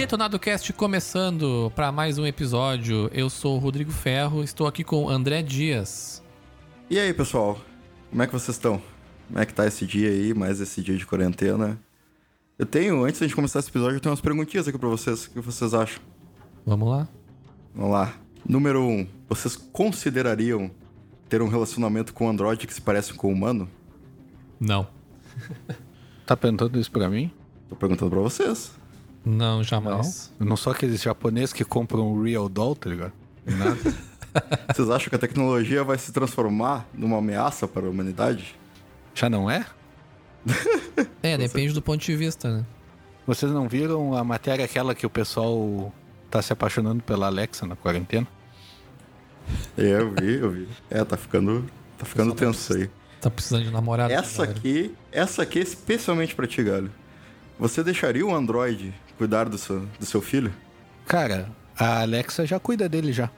Detonado Cast começando para mais um episódio. Eu sou o Rodrigo Ferro, estou aqui com o André Dias. E aí, pessoal? Como é que vocês estão? Como é que tá esse dia aí, mais esse dia de quarentena? Antes de começar esse episódio, eu tenho umas perguntinhas aqui pra vocês. O que vocês acham? Vamos lá? Vamos lá. Número 1. Vocês considerariam ter um relacionamento com um androide que se parece com um humano? Não. Tá perguntando isso pra mim? Tô perguntando pra vocês. Não, jamais. Não sou aqueles japoneses que compram um Real Doll, tá ligado? Nada. Vocês acham que a tecnologia vai se transformar numa ameaça para a humanidade? Já não é? Depende do ponto de vista, né? Vocês não viram a matéria aquela que o pessoal tá se apaixonando pela Alexa na quarentena? Eu vi. Tá ficando tenso aí. Tá precisando de namorado. Essa aqui é especialmente pra ti, Galho. Você deixaria o androide cuidar do seu filho? Cara, a Alexa já cuida dele já.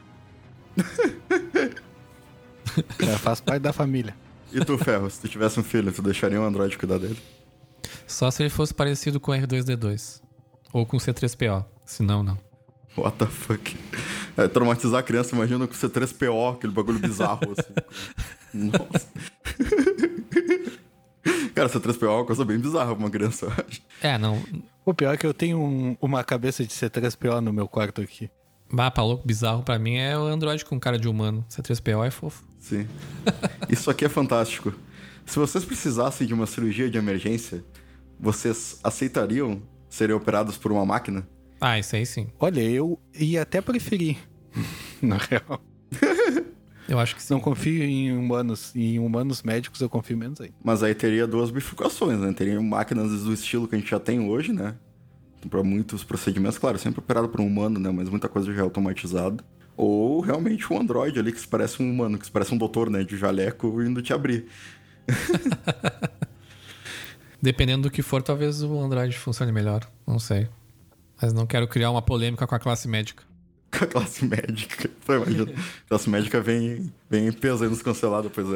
Já faz parte da família. E tu, Ferro, se tu tivesse um filho, tu deixaria um androide cuidar dele? Só se ele fosse parecido com R2-D2. Ou com C3PO. Senão, não. What the fuck? Traumatizar a criança, imagina com C3PO, aquele bagulho bizarro assim. Nossa. Cara, C3PO é uma coisa bem bizarra pra uma criança, eu acho. Não. O pior é que eu tenho uma cabeça de C3PO no meu quarto aqui. Louco, bizarro pra mim é o androide com cara de humano. C3PO é fofo. Sim. Isso aqui é fantástico. Se vocês precisassem de uma cirurgia de emergência, vocês aceitariam serem operados por uma máquina? Isso aí sim. Olha, eu ia até preferir, na real. Eu acho que sim. Não confio em humanos. Em humanos médicos eu confio menos aí. Mas aí teria duas bifurcações, né? Teria máquinas do estilo que a gente já tem hoje, né? Para muitos procedimentos, claro, sempre operado por um humano, né? Mas muita coisa já é automatizada. Ou realmente um androide ali que se parece um humano, que se parece um doutor, né? De jaleco indo te abrir. Dependendo do que for, talvez o androide funcione melhor. Não sei. Mas não quero criar uma polêmica com a classe médica. Com a classe médica. Pô, imagina. A classe médica vem em peso aí nos cancelados, pois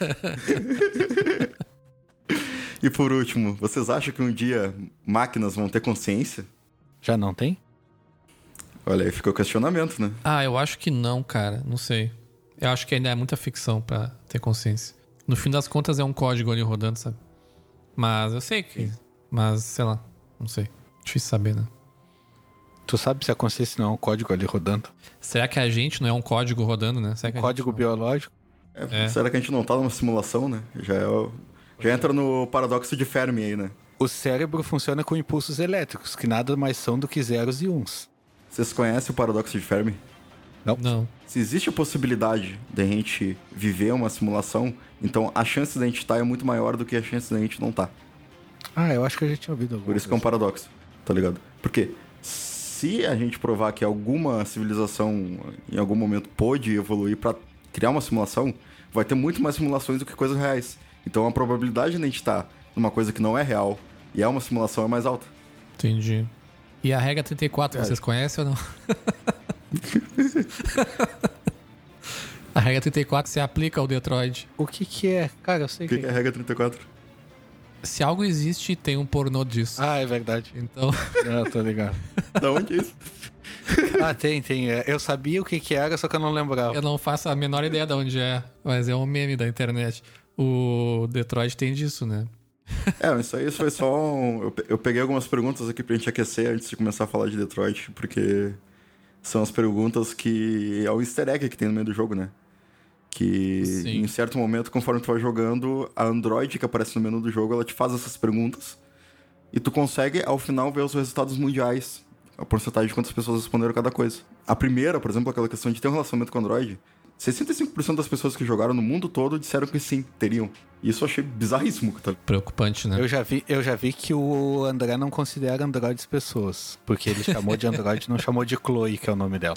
é. E por último, vocês acham que um dia máquinas vão ter consciência? Já não tem? Olha, aí fica o questionamento, né? Eu acho que não, cara. Não sei. Eu acho que ainda é muita ficção pra ter consciência. No fim das contas é um código ali rodando, sabe? Mas eu sei que... Mas, sei lá. Não sei. Difícil saber, né? Tu sabe se a consciência não é um código ali rodando? Será que a gente não é um código rodando, né? Será que Código biológico? Será que a gente não tá numa simulação, né? Já entra no paradoxo de Fermi aí, né? O cérebro funciona com impulsos elétricos, que nada mais são do que zeros e uns. Vocês conhecem o paradoxo de Fermi? Não. Se existe a possibilidade de a gente viver uma simulação, então a chance de a gente estar é muito maior do que a chance de a gente não estar. Eu acho que eu já tinha ouvido alguma Por isso que é um paradoxo, tá ligado? Porque se a gente provar que alguma civilização em algum momento pôde evoluir pra criar uma simulação, vai ter muito mais simulações do que coisas reais. Então a probabilidade de a gente estar numa coisa que não é real e é uma simulação é mais alta. Entendi. E a regra 34, vocês conhecem ou não? A regra 34 se aplica ao Detroit. O que é? Cara, eu sei O que é a regra 34? Se algo existe, tem um pornô disso. É verdade. Então... Tô ligado. Da onde é isso? Tem. Eu sabia o que era, só que eu não lembrava. Eu não faço a menor ideia de onde é, mas é um meme da internet. O Detroit tem disso, né? Isso foi só eu peguei algumas perguntas aqui pra gente aquecer antes de começar a falar de Detroit, porque são as perguntas que... É o easter egg que tem no meio do jogo, né? Que Sim. Em certo momento, conforme tu vai jogando, a androide que aparece no menu do jogo, ela te faz essas perguntas e tu consegue, ao final, ver os resultados mundiais. A porcentagem de quantas pessoas responderam cada coisa. A primeira, por exemplo, aquela questão de ter um relacionamento com o androide, 65% das pessoas que jogaram no mundo todo disseram que sim, teriam. E isso eu achei bizarríssimo. Tá? Preocupante, né? Eu já vi que o André não considera androides pessoas, porque ele chamou de androide e não chamou de Chloe, que é o nome dela.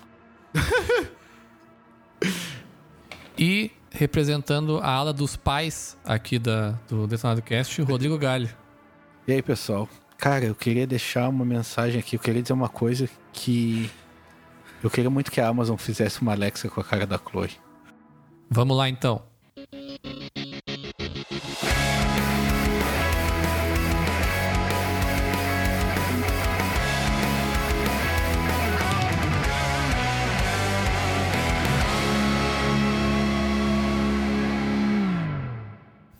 E representando a ala dos pais aqui do Detonado Cast, o Rodrigo Galho. E aí, pessoal? Cara, eu queria deixar uma mensagem aqui. Eu queria dizer uma coisa que... Eu queria muito que a Amazon fizesse uma Alexa com a cara da Chloe. Vamos lá, então.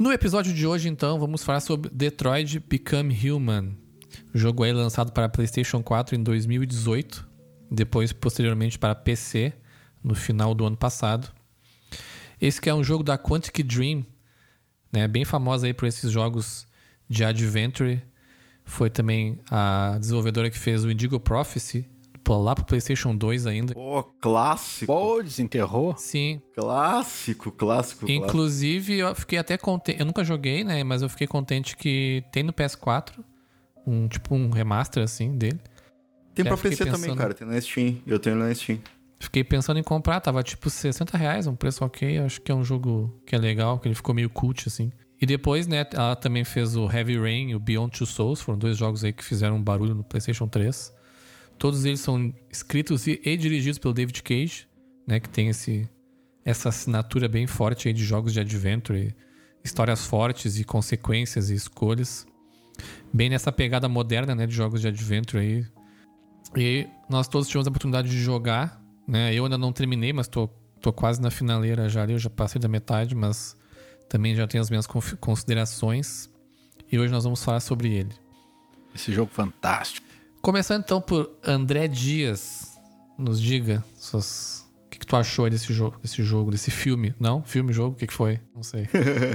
No episódio de hoje, então, vamos falar sobre Detroit Become Human. Jogo aí lançado para PlayStation 4 em 2018. Depois, posteriormente, para PC no final do ano passado. Esse que é um jogo da Quantic Dream, né? Bem famosa aí por esses jogos de Adventure. Foi também a desenvolvedora que fez o Indigo Prophecy, lá pro PlayStation 2 ainda. Pô, clássico. Pô, desenterrou? Sim. Clássico. Inclusive, eu fiquei até contente. Eu nunca joguei, né? Mas eu fiquei contente que tem no PS4 um remaster assim dele. Tem pra PC também, cara. Tem na Steam. Eu tenho na Steam. Fiquei pensando em comprar, tava tipo R$60, um preço ok. Acho que é um jogo que é legal, que ele ficou meio cult, assim. E depois, né, ela também fez o Heavy Rain e o Beyond Two Souls. Foram 2 jogos aí que fizeram barulho no PlayStation 3. Todos eles são escritos e dirigidos pelo David Cage, né, que tem essa assinatura bem forte aí de jogos de Adventure, histórias fortes e consequências e escolhas. Bem nessa pegada moderna, né, de jogos de Adventure aí. E nós todos tivemos a oportunidade de jogar, né? Eu ainda não terminei, mas tô quase na finaleira já ali. Eu já passei da metade, mas também já tenho as minhas considerações. E hoje nós vamos falar sobre ele. Esse jogo fantástico. Começando então por André Dias. Nos diga o que tu achou desse jogo, desse filme. Não? Filme, jogo? O que foi? Não sei.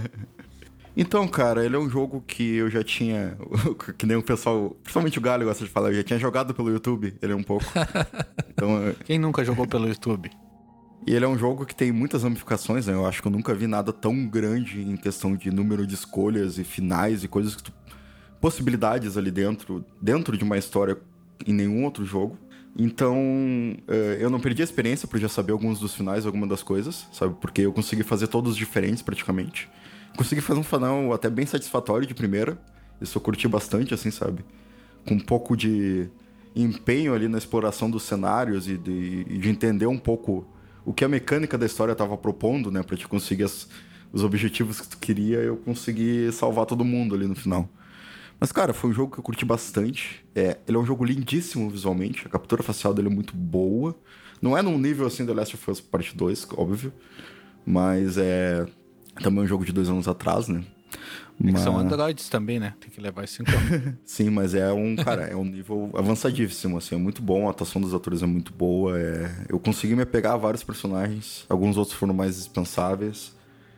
Então, cara, ele é um jogo que eu já tinha... Que nem o pessoal... Principalmente o Galho gosta de falar. Eu já tinha jogado pelo YouTube, ele é um pouco. Então, quem nunca jogou pelo YouTube? E ele é um jogo que tem muitas ramificações, né? Eu acho que eu nunca vi nada tão grande em questão de número de escolhas e finais e coisas que tu... Possibilidades ali dentro de uma história em nenhum outro jogo. Então, eu não perdi a experiência por já saber alguns dos finais, algumas das coisas, sabe? Porque eu consegui fazer todos diferentes praticamente. Consegui fazer um final até bem satisfatório de primeira. Isso eu curti bastante, assim, sabe? Com um pouco de empenho ali na exploração dos cenários e de entender um pouco o que a mecânica da história estava propondo, né? Pra te conseguir os objetivos que tu queria, eu consegui salvar todo mundo ali no final. Mas, cara, foi um jogo que eu curti bastante. Ele é um jogo lindíssimo visualmente. A captura facial dele é muito boa. Não é num nível, assim, do Last of Us Part 2, óbvio. Mas é... Também um jogo de 2 anos atrás, né? Mas... São androids também, né? Tem que levar isso em conta. Sim, mas é um nível avançadíssimo, assim. É muito bom, a atuação dos atores é muito boa. Eu consegui me apegar a vários personagens. Alguns outros foram mais dispensáveis.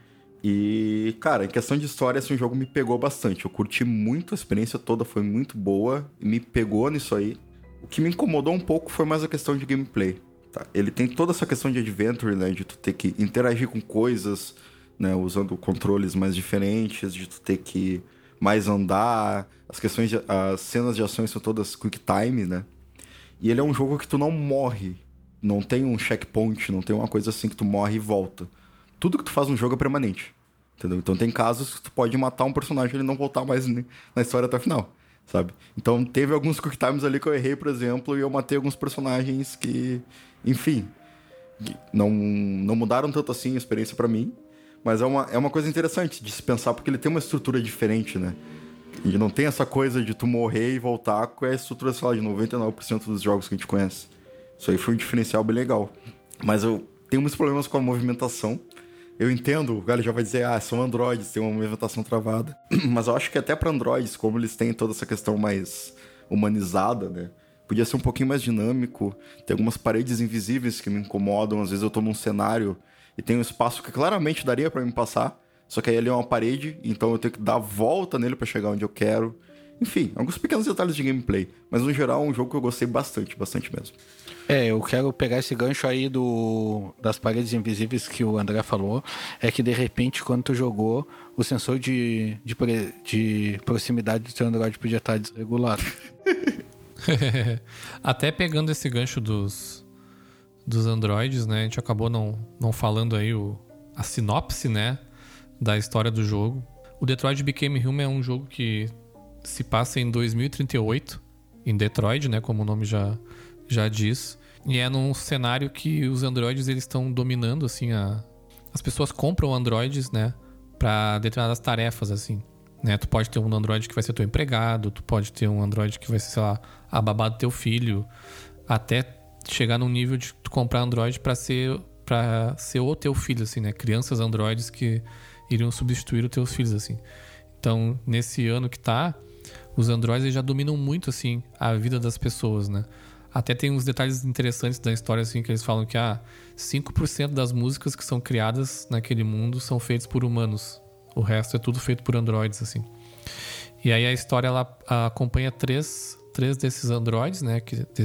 E, cara, em questão de história, assim, o jogo me pegou bastante. Eu curti muito, a experiência toda foi muito boa. Me pegou nisso aí. O que me incomodou um pouco foi mais a questão de gameplay. Tá? Ele tem toda essa questão de adventure, né? De tu ter que interagir com coisas... Né, usando controles mais diferentes, de tu ter que mais andar, as cenas de ações são todas quick time, né? E ele é um jogo que tu não morre, não tem um checkpoint, não tem uma coisa assim que tu morre e volta. Tudo que tu faz no jogo é permanente, entendeu? Então tem casos que tu pode matar um personagem e ele não voltar mais na história até o final, sabe? Então teve alguns quick times ali que eu errei, por exemplo, e eu matei alguns personagens que, enfim, não mudaram tanto assim a experiência pra mim. Mas é uma coisa interessante de se pensar, porque ele tem uma estrutura diferente, né? E não tem essa coisa de tu morrer e voltar com a estrutura, sei lá, de 99% dos jogos que a gente conhece. Isso aí foi um diferencial bem legal. Mas eu tenho muitos problemas com a movimentação. Eu entendo, o Galho já vai dizer, são androides, tem uma movimentação travada. Mas eu acho que até para androides, como eles têm toda essa questão mais humanizada, né? Podia ser um pouquinho mais dinâmico. Tem algumas paredes invisíveis que me incomodam. Às vezes eu tô num cenário... E tem um espaço que claramente daria pra me passar. Só que aí ali é uma parede, então eu tenho que dar a volta nele pra chegar onde eu quero. Enfim, alguns pequenos detalhes de gameplay. Mas no geral é um jogo que eu gostei bastante mesmo. Eu quero pegar esse gancho aí das paredes invisíveis que o André falou. É que de repente, quando tu jogou, o sensor de proximidade do teu Android podia estar desregulado. Até pegando esse gancho dos androides, né? A gente acabou não falando aí a sinopse, né? Da história do jogo. O Detroit Become Human é um jogo que se passa em 2038, em Detroit, né? Como o nome já diz. E é num cenário que os androides eles estão dominando, assim, as pessoas compram androides, né? Pra determinadas tarefas, assim. Né? Tu pode ter um androide que vai ser teu empregado, tu pode ter um androide que vai ser, sei lá, a babá do teu filho, até chegar num nível de tu comprar Android pra ser o teu filho, assim, né? Crianças androides que iriam substituir os teus filhos, assim. Então, nesse ano que tá, os androides já dominam muito, assim, a vida das pessoas, né? Até tem uns detalhes interessantes da história, assim, que eles falam que 5% das músicas que são criadas naquele mundo são feitas por humanos. O resto é tudo feito por androides, assim. E aí a história, ela acompanha três desses androides, né?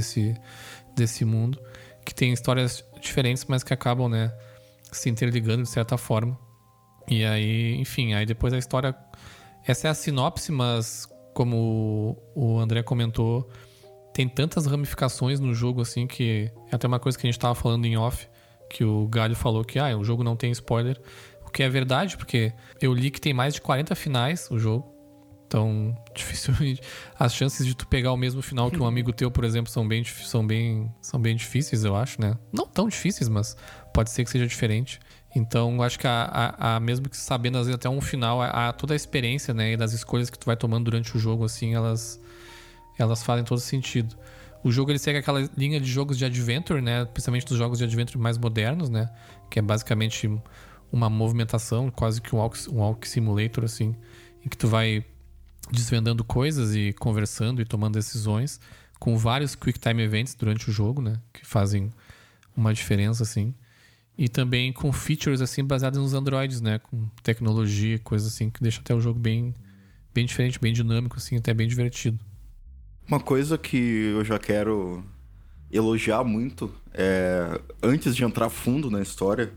Desse mundo, que tem histórias diferentes, mas que acabam, né, se interligando de certa forma. E aí, enfim, aí depois a história... Essa é a sinopse, mas como o André comentou, tem tantas ramificações no jogo, assim, que é até uma coisa que a gente tava falando em off, que o Galho falou que o jogo não tem spoiler, o que é verdade, porque eu li que tem mais de 40 finais o jogo. Então, dificilmente as chances de tu pegar o mesmo final que um amigo teu, por exemplo, são bem difíceis, eu acho, né? Não tão difíceis, mas pode ser que seja diferente. Então, acho que mesmo que sabendo às vezes até um final, toda a experiência, né, e das escolhas que tu vai tomando durante o jogo, assim, elas fazem todo sentido. O jogo, ele segue aquela linha de jogos de adventure, né, principalmente dos jogos de adventure mais modernos, né, que é basicamente uma movimentação, quase que um walk simulator, assim, em que tu vai desvendando coisas e conversando e tomando decisões, com vários quick time events durante o jogo, né, que fazem uma diferença, assim. E também com features, assim, baseados nos androides, né, com tecnologia, coisas assim, que deixa até o jogo bem diferente, bem dinâmico, assim, até bem divertido. Uma coisa que eu já quero elogiar muito antes de entrar fundo na história,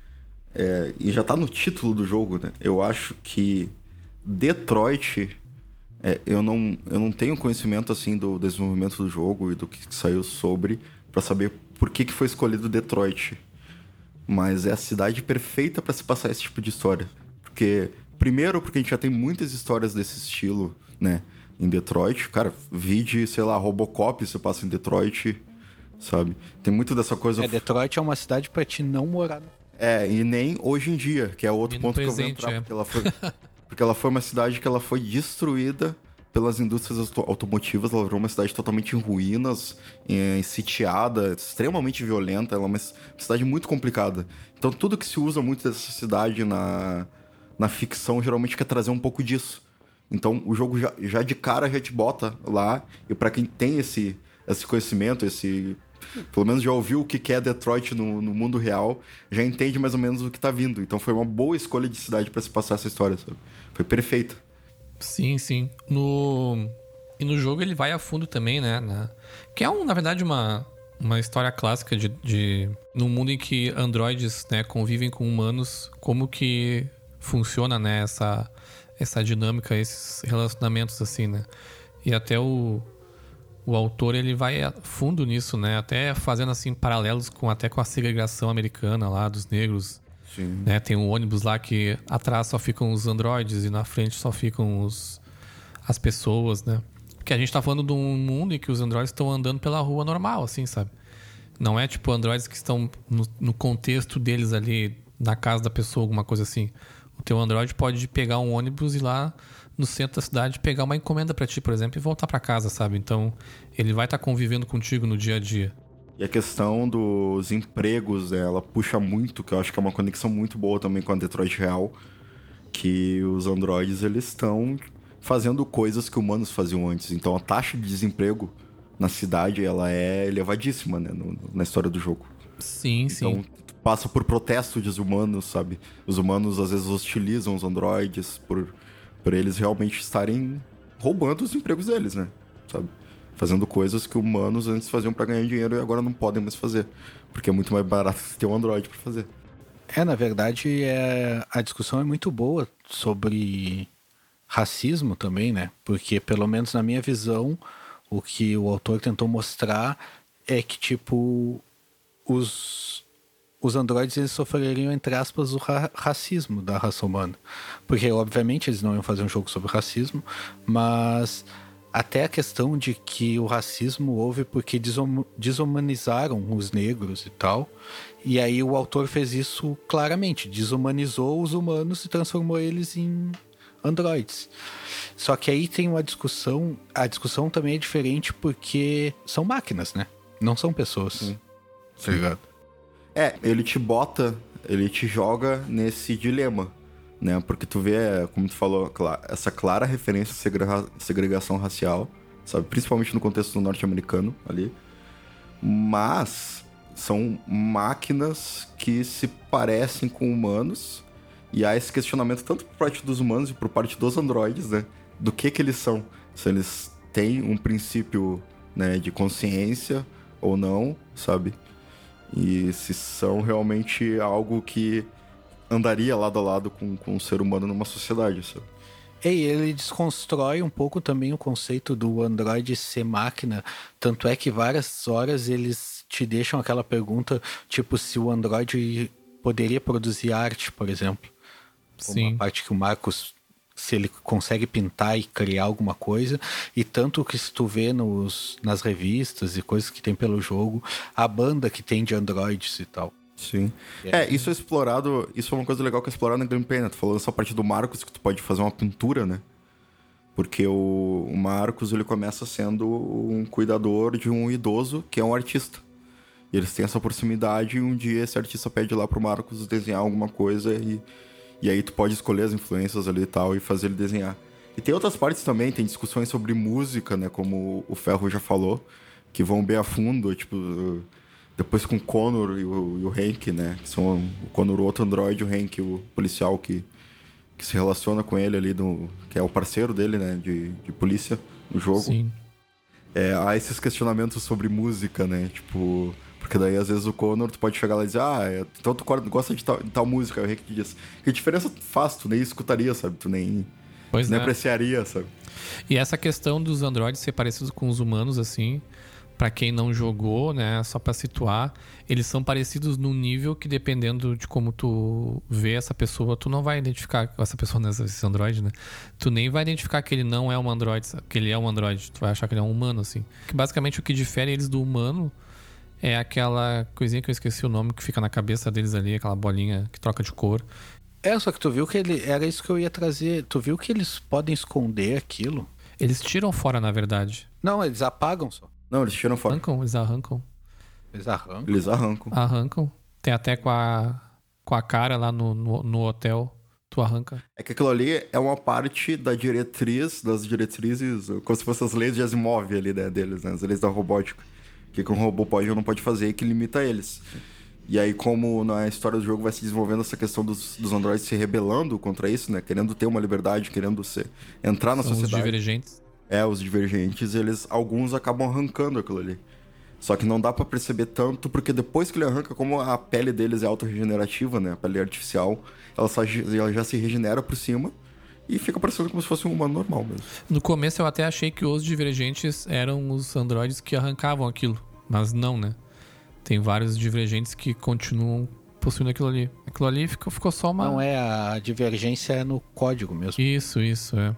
e já tá no título do jogo, né? Eu acho que Detroit, eu não tenho conhecimento, assim, do desenvolvimento do jogo e do que saiu sobre, pra saber por que foi escolhido Detroit. Mas é a cidade perfeita pra se passar esse tipo de história. Primeiro, porque a gente já tem muitas histórias desse estilo, né? Em Detroit. Cara, sei lá, Robocop se passa em Detroit, sabe? Tem muito dessa coisa... Detroit é uma cidade pra te não morar. E nem hoje em dia, que é outro ponto presente, que eu vou entrar. Porque ela foi uma cidade que ela foi destruída pelas indústrias automotivas. Ela virou uma cidade totalmente em ruínas, sitiada, extremamente violenta. Ela é uma cidade muito complicada. Então tudo que se usa muito dessa cidade na ficção geralmente quer trazer um pouco disso. Então o jogo já de cara já te bota lá. E pra quem tem esse conhecimento, pelo menos já ouviu o que é Detroit no mundo real, já entende mais ou menos o que tá vindo. Então foi uma boa escolha de cidade pra se passar essa história, sabe? Foi perfeita. Sim, sim. E no jogo ele vai a fundo também, né? Que é, na verdade, uma história clássica de num mundo em que androides, né, convivem com humanos, como que funciona, né, essa dinâmica, esses relacionamentos, assim, né? E até o autor, ele vai a fundo nisso, né? Até fazendo, assim, paralelos com a segregação americana lá, dos negros. Sim. Né? Tem um ônibus lá que atrás só ficam os androides e na frente só ficam as pessoas, né? Porque a gente tá falando de um mundo em que os androides estão andando pela rua normal, assim, sabe? Não é tipo androides que estão no contexto deles ali, na casa da pessoa, alguma coisa assim. O teu androide pode pegar um ônibus e ir lá no centro da cidade pegar uma encomenda pra ti, por exemplo, e voltar pra casa, sabe? Então, ele vai estar convivendo contigo no dia a dia. E a questão dos empregos, ela puxa muito, que eu acho que é uma conexão muito boa também com a Detroit real, que os androides, eles estão fazendo coisas que humanos faziam antes. Então a taxa de desemprego na cidade, ela é elevadíssima, né, na história do jogo. Sim, sim. Então passa por protesto de humanos, sabe? Os humanos às vezes hostilizam os androides por eles realmente estarem roubando os empregos deles, né? Sabe? Fazendo coisas que humanos antes faziam pra ganhar dinheiro e agora não podem mais fazer. Porque é muito mais barato ter um androide pra fazer. Na verdade, a discussão é muito boa sobre racismo também, né? Porque, pelo menos na minha visão, o que o autor tentou mostrar é que, tipo, os androides, eles sofreriam, entre aspas, o racismo da raça humana. Porque, obviamente, eles não iam fazer um jogo sobre racismo, mas até a questão de que o racismo houve porque desumanizaram os negros e tal. E aí o autor fez isso claramente, desumanizou os humanos e transformou eles em androides. Só que aí tem uma discussão, a discussão também é diferente porque são máquinas, né? Não são pessoas. Sim. Tá ligado? Ele te joga nesse dilema. né? Porque tu vê, como tu falou, essa clara referência à segregação racial, sabe? Principalmente no contexto norte-americano ali. Mas são máquinas que se parecem com humanos, e há esse questionamento tanto por parte dos humanos e por parte dos androides, né? Do que eles são. Se eles têm um princípio, né, de consciência ou não, sabe? E se são realmente algo que andaria lado a lado com um ser humano numa sociedade, sabe? E ele desconstrói um pouco também o conceito do androide ser máquina. Tanto é que várias horas eles te deixam aquela pergunta, tipo, se o androide poderia produzir arte, por exemplo. Sim. Uma parte que o Marcos, se ele consegue pintar e criar alguma coisa. E tanto que se tu vê nas revistas e coisas que tem pelo jogo, a banda que tem de androides e tal. Sim. Isso é explorado, isso é uma coisa legal que é explorada na gameplay, né? Tu falou essa parte do Marcos, que tu pode fazer uma pintura, né? Porque o Marcos, ele começa sendo um cuidador de um idoso que é um artista. E eles têm essa proximidade e um dia esse artista pede lá pro Marcos desenhar alguma coisa e aí tu pode escolher as influências ali e tal e fazer ele desenhar. E tem outras partes também, tem discussões sobre música, né? Como o Ferro já falou, que vão bem a fundo, tipo... Depois com o Connor e o Hank, né? Que são o Connor, o outro androide, o Hank, o policial que se relaciona com ele ali, que é o parceiro dele, né? De polícia no jogo. Sim. Há esses questionamentos sobre música, né? Tipo... Porque daí, às vezes, o Connor, tu pode chegar lá e dizer então tu gosta de tal música. Aí o Hank te diz, que diferença faz? Tu nem escutaria, sabe? Tu nem apreciaria, sabe? E essa questão dos androides ser parecidos com os humanos, assim... Pra quem não jogou, né, só pra situar, eles são parecidos num nível que, dependendo de como tu vê essa pessoa, tu não vai identificar essa pessoa, esse androide, né? Tu nem vai identificar que ele não é um androide, que ele é um androide. Tu vai achar que ele é um humano, assim. Que basicamente o que difere eles do humano é aquela coisinha que eu esqueci o nome, que fica na cabeça deles ali, aquela bolinha que troca de cor. Só que tu viu que era isso que eu ia trazer. Tu viu que eles podem esconder aquilo? Eles tiram fora, na verdade. Não, eles apagam só. Não, eles tiram fora. Eles arrancam. Eles arrancam. Arrancam. Tem até com a cara lá no hotel. Tu arranca. É que aquilo ali é uma parte das diretrizes, como se fossem as leis de Asimov ali, né, deles, né? As leis da robótica. O que um robô pode ou não pode fazer e que limita eles. E aí, como na história do jogo vai se desenvolvendo essa questão dos androides se rebelando contra isso, né? Querendo ter uma liberdade, querendo entrar na sociedade. Os divergentes. Os divergentes, alguns acabam arrancando aquilo ali. Só que não dá pra perceber tanto, porque depois que ele arranca, como a pele deles é autorregenerativa, né? A pele artificial, ela já se regenera por cima e fica parecendo como se fosse um humano normal mesmo. No começo eu até achei que os divergentes eram os androides que arrancavam aquilo, mas não, né? Tem vários divergentes que continuam possuindo aquilo ali. Aquilo ali ficou só uma... Não, a divergência é no código mesmo. Isso, é.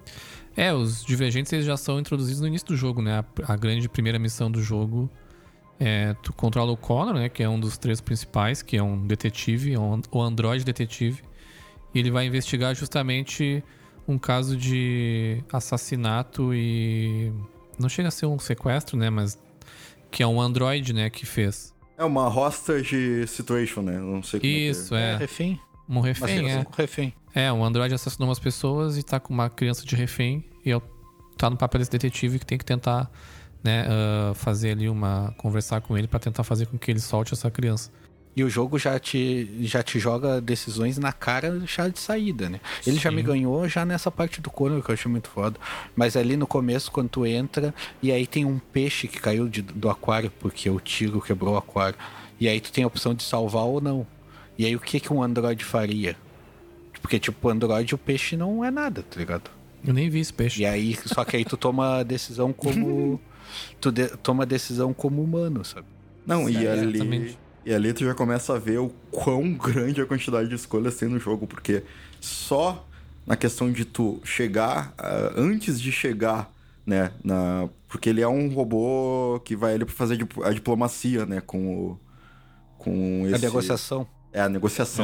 Os divergentes eles já são introduzidos no início do jogo, né? A grande primeira missão do jogo é tu controla o Connor, né? Que é um dos 3 principais, que é um detetive, o androide detetive. E ele vai investigar justamente um caso de assassinato e... Não chega a ser um sequestro, né? Mas que é um androide, né? Que fez. É uma hostage situation, né? Não sei como Isso, é. Refém. Um refém, um refém. Um androide assassinou umas pessoas e tá com uma criança de refém e tá no papel desse detetive que tem que tentar, né, fazer ali conversar com ele pra tentar fazer com que ele solte essa criança. E o jogo já te joga decisões na cara já de saída, né? Ele já me ganhou já nessa parte do Connor, que eu achei muito foda. Mas ali no começo, quando tu entra, e aí tem um peixe que caiu do aquário, porque o tiro quebrou o aquário. E aí tu tem a opção de salvar ou não. E aí o que um androide faria? Porque, tipo, o androide, o peixe não é nada, tá ligado? Eu nem vi esse peixe. E aí, só que aí tu toma a decisão como... toma a decisão como humano, sabe? Não, e ali tu já começa a ver o quão grande a quantidade de escolhas tem no jogo, porque só na questão de tu chegar, antes de chegar, né, porque ele é um robô que vai ali pra fazer a diplomacia, né, com esse... A negociação. A negociação.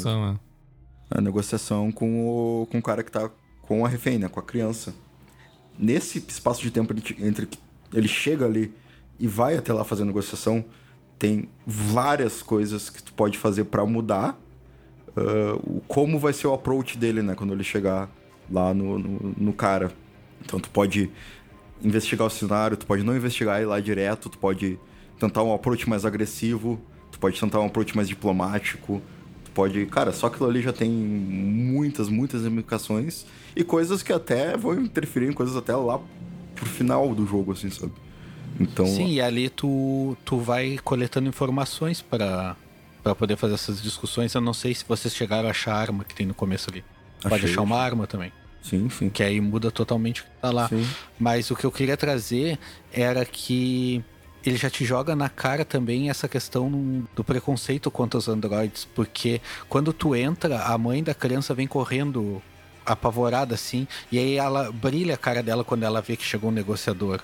A negociação com o cara que tá com a refém, né, com a criança. Nesse espaço de tempo entre que ele chega ali e vai até lá fazer a negociação, tem várias coisas que tu pode fazer pra mudar como vai ser o approach dele, né? Quando ele chegar lá no cara. Então tu pode investigar o cenário, tu pode não investigar e ir lá direto, tu pode tentar um approach mais agressivo, tu pode tentar um approach mais diplomático, tu pode... Cara, só aquilo ali já tem muitas implicações e coisas que até vão interferir em coisas até lá pro final do jogo, assim, sabe? Então... Sim, e ali tu vai coletando informações pra poder fazer essas discussões. Eu não sei se vocês chegaram a achar a arma que tem no começo ali. Pode achar uma arma também. Sim. Que aí muda totalmente o que tá lá. Sim. Mas o que eu queria trazer era que ele já te joga na cara também essa questão do preconceito contra os androides. Porque quando tu entra, a mãe da criança vem correndo apavorada assim. E aí ela brilha a cara dela quando ela vê que chegou um negociador.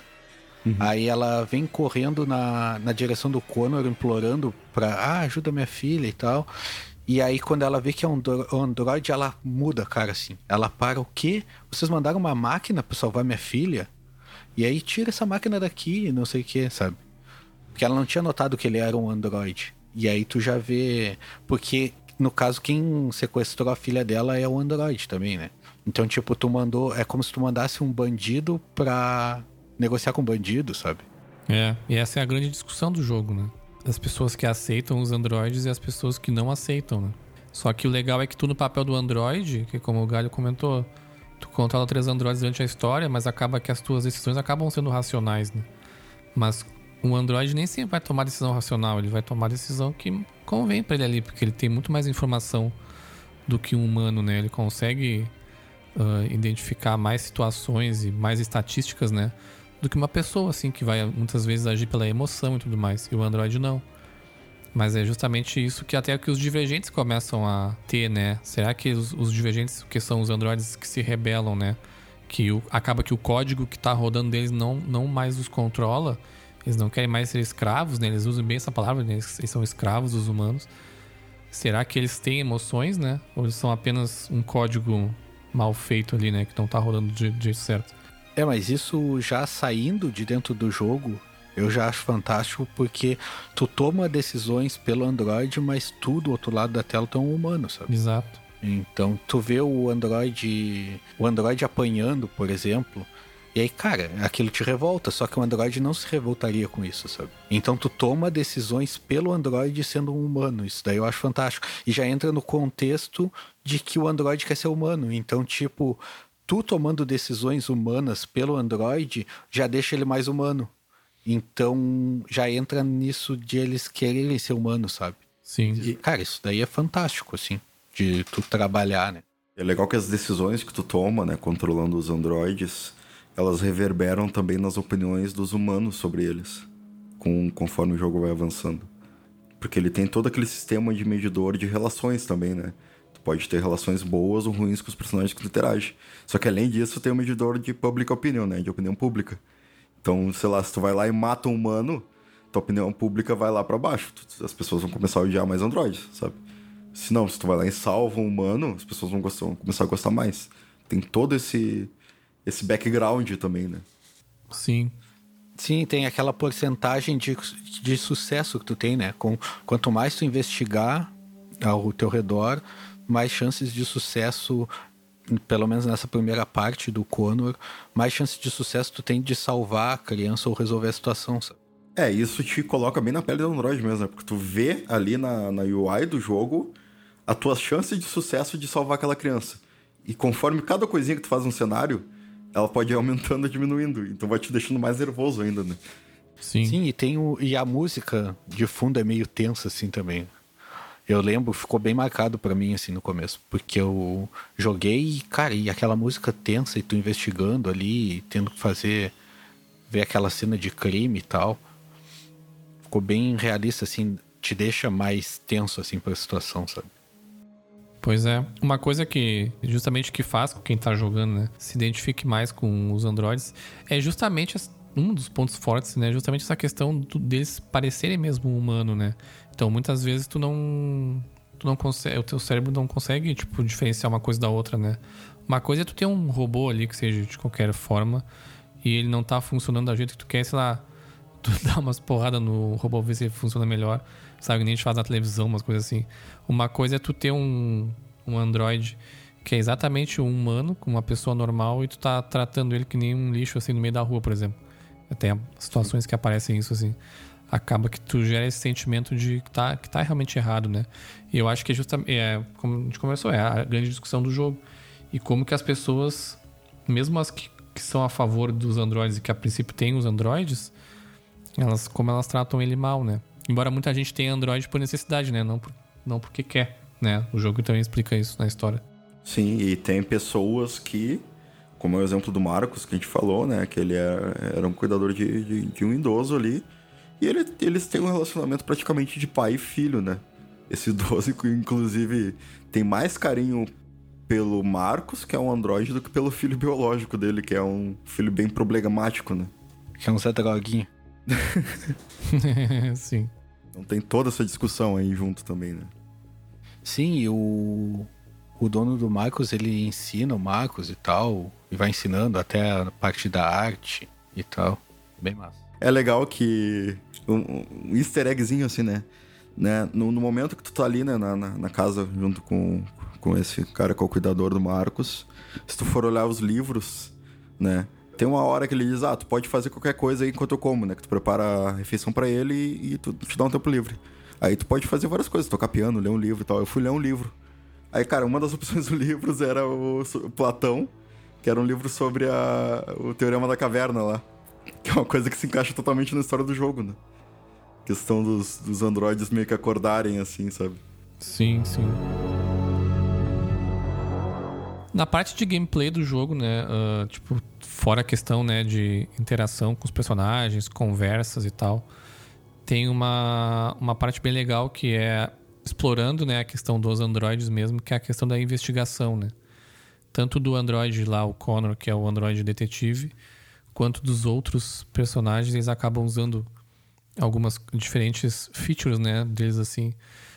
Aí ela vem correndo na direção do Connor, implorando pra... ajuda minha filha e tal. E aí, quando ela vê que é um androide, ela muda, cara, assim. Ela para, o quê? Vocês mandaram uma máquina pra salvar minha filha? E aí, tira essa máquina daqui, não sei o que, sabe? Porque ela não tinha notado que ele era um androide. E aí, tu já vê... Porque, no caso, quem sequestrou a filha dela é o androide também, né? Então, tipo, tu mandou... É como se tu mandasse um bandido pra negociar com bandido, sabe? E essa é a grande discussão do jogo, né? As pessoas que aceitam os androides e as pessoas que não aceitam, né? Só que o legal é que tu, no papel do androide, que como o Galho comentou, tu controla 3 androides durante a história, mas acaba que as tuas decisões acabam sendo racionais, né? Mas o androide nem sempre vai tomar decisão racional, ele vai tomar decisão que convém pra ele ali, porque ele tem muito mais informação do que um humano, né? Ele consegue identificar mais situações e mais estatísticas, né? Do que uma pessoa, assim, que vai muitas vezes agir pela emoção e tudo mais. E o Android não. Mas é justamente isso que até que os divergentes começam a ter, né? Será que os divergentes, que são os androides que se rebelam, né? Que acaba que o código que tá rodando deles não mais os controla. Eles não querem mais ser escravos, né? Eles usam bem essa palavra, né? Eles são escravos dos humanos. Será que eles têm emoções, né? Ou eles são apenas um código mal feito ali, né? Que não tá rodando do jeito certo. Mas isso já saindo de dentro do jogo, eu já acho fantástico, porque tu toma decisões pelo Android, mas tu do outro lado da tela tu é um humano, sabe? Exato. Então tu vê o Android apanhando, por exemplo, e aí, cara, aquilo te revolta, só que o Android não se revoltaria com isso, sabe? Então tu toma decisões pelo Android sendo um humano, isso daí eu acho fantástico. E já entra no contexto de que o Android quer ser humano, então tipo... Tu tomando decisões humanas pelo Android já deixa ele mais humano. Então já entra nisso de eles quererem ser humanos, sabe? Sim. E, cara, isso daí é fantástico, assim, de tu trabalhar, né? É legal que as decisões que tu toma, né, controlando os androides, elas reverberam também nas opiniões dos humanos sobre eles, conforme o jogo vai avançando. Porque ele tem todo aquele sistema de medidor de relações também, né? Pode ter relações boas ou ruins com os personagens que tu interage. Só que além disso, tem um medidor de public opinion, né? De opinião pública. Então, sei lá, se tu vai lá e mata um humano, tua opinião pública vai lá pra baixo. As pessoas vão começar a odiar mais androides, sabe? Se não, se tu vai lá e salva um humano, as pessoas vão começar a gostar mais. Tem todo esse background também, né? Sim. Sim, tem aquela porcentagem de sucesso que tu tem, né? Quanto mais tu investigar ao teu redor, mais chances de sucesso, pelo menos nessa primeira parte do Connor, mais chances de sucesso tu tem de salvar a criança ou resolver a situação, sabe? Isso te coloca bem na pele do Android mesmo, né? Porque tu vê ali na UI do jogo a tua chance de sucesso de salvar aquela criança. E conforme cada coisinha que tu faz no cenário, ela pode ir aumentando ou diminuindo. Então vai te deixando mais nervoso ainda, né? Sim. Sim, e a música de fundo é meio tensa, assim, também. Eu lembro, ficou bem marcado pra mim, assim, no começo. Porque eu joguei e, cara, e aquela música tensa e tu investigando ali, tendo que ver aquela cena de crime e tal. Ficou bem realista, assim, te deixa mais tenso, assim, pra situação, sabe? Pois é. Uma coisa que justamente que faz com quem tá jogando, né, se identifique mais com os androides, é justamente um dos pontos fortes, né, justamente essa questão deles parecerem mesmo um humano, né. Então, muitas vezes tu não consegue, o teu cérebro não consegue, tipo, diferenciar uma coisa da outra, né. Uma coisa é tu ter um robô ali que seja de qualquer forma e ele não tá funcionando da jeito que tu quer, sei lá, tu dá umas porradas no robô ver se funciona melhor. Sabe, que nem a gente faz na televisão, umas coisas assim. Uma coisa é tu ter um Android que é exatamente um humano, com uma pessoa normal, e tu tá tratando ele que nem um lixo, assim, no meio da rua, por exemplo. Até situações que aparecem isso, assim. Acaba que tu gera esse sentimento de que tá realmente errado, né? E eu acho que é justamente... como a gente conversou, é a grande discussão do jogo. E como que as pessoas, mesmo as que são a favor dos androides e que a princípio têm os androides, como elas tratam ele mal, né? Embora muita gente tenha android por necessidade, né? Não porque quer, né? O jogo também explica isso na história. Sim, e tem pessoas que, como é o exemplo do Marcos que a gente falou, né? Que ele era um cuidador de um idoso ali. E eles têm um relacionamento praticamente de pai e filho, né? Esse idoso, inclusive, tem mais carinho pelo Marcos, que é um androide, do que pelo filho biológico dele, que é um filho bem problemático, né? Que é um Zé Droguinha. Sim. Então tem toda essa discussão aí junto também, né? Sim, e o dono do Marcos, ele ensina o Marcos e tal, e vai ensinando até a parte da arte e tal. Bem massa. É legal que... Um easter eggzinho, assim, né? No momento que tu tá ali, né, na casa, junto com esse cara que é o cuidador do Marcos, se tu for olhar os livros, né? Tem uma hora que ele diz, tu pode fazer qualquer coisa aí enquanto eu como, né? Que tu prepara a refeição pra ele e tu te dá um tempo livre. Aí tu pode fazer várias coisas, tocar piano, ler um livro e tal. Eu fui ler um livro. Aí, cara, uma das opções do livro era o Platão, que era um livro sobre o Teorema da Caverna lá. Que é uma coisa que se encaixa totalmente na história do jogo, né? Questão dos androides meio que acordarem, assim, sabe? Sim, sim. Na parte de gameplay do jogo, né? Tipo, fora a questão, né, de interação com os personagens, conversas e tal, tem uma parte bem legal que é explorando, né, a questão dos androides mesmo, que é a questão da investigação, né? Tanto do androide lá, o Connor, que é o androide detetive, quanto dos outros personagens, eles acabam usando algumas diferentes features, né, deles, assim,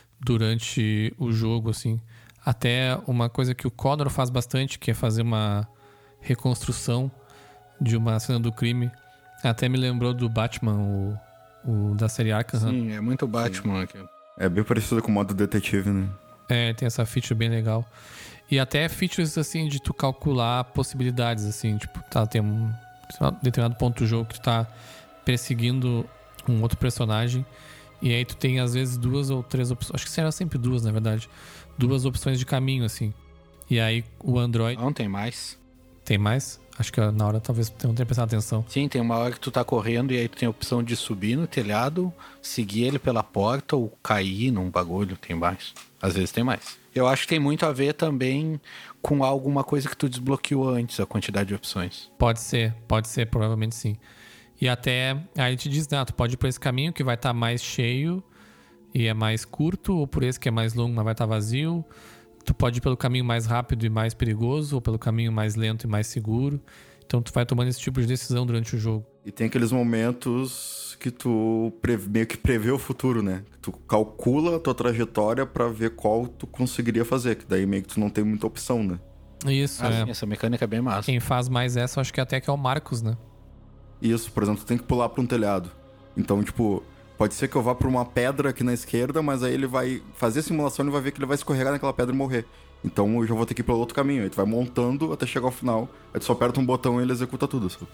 durante o jogo, assim. Até uma coisa que o Connor faz bastante, que é fazer uma reconstrução de uma cena do crime. Até me lembrou do Batman, o da série Arkham. Sim, é muito Batman aqui. É bem parecido com o modo detetive, né? É, tem essa feature bem legal. E até features, assim, de tu calcular possibilidades, assim. Tipo, tem um determinado ponto do jogo que tu tá perseguindo um outro personagem. E aí tu tem, às vezes, 2 ou 3 opções. Acho que será sempre 2, na verdade. 2 opções de caminho, assim. E aí o Android... Não, tem mais. Tem mais? Acho que na hora talvez tu não tenha prestado atenção. Sim, tem uma hora que tu tá correndo e aí tu tem a opção de subir no telhado, seguir ele pela porta ou cair num bagulho, tem mais. Às vezes tem mais. Eu acho que tem muito a ver também com alguma coisa que tu desbloqueou antes, a quantidade de opções. Pode ser, provavelmente sim. E até aí ele te diz, tu pode ir por esse caminho que vai estar mais cheio e é mais curto, ou por esse que é mais longo, mas vai estar vazio. Tu pode ir pelo caminho mais rápido e mais perigoso, ou pelo caminho mais lento e mais seguro. Então tu vai tomando esse tipo de decisão durante o jogo. E tem aqueles momentos que tu meio que prevê o futuro, né? Tu calcula a tua trajetória pra ver qual tu conseguiria fazer, que daí meio que tu não tem muita opção, né? Isso, Sim, essa mecânica é bem massa. Quem faz mais essa, eu acho que até que é o Marcos, né? Isso, por exemplo, tu tem que pular pra um telhado. Então, tipo, pode ser que eu vá pra uma pedra aqui na esquerda, mas aí ele vai fazer a simulação e vai ver que ele vai escorregar naquela pedra e morrer. Então eu já vou ter que ir pelo outro caminho. Aí tu vai montando até chegar ao final. Aí tu só aperta um botão e ele executa tudo, sabe?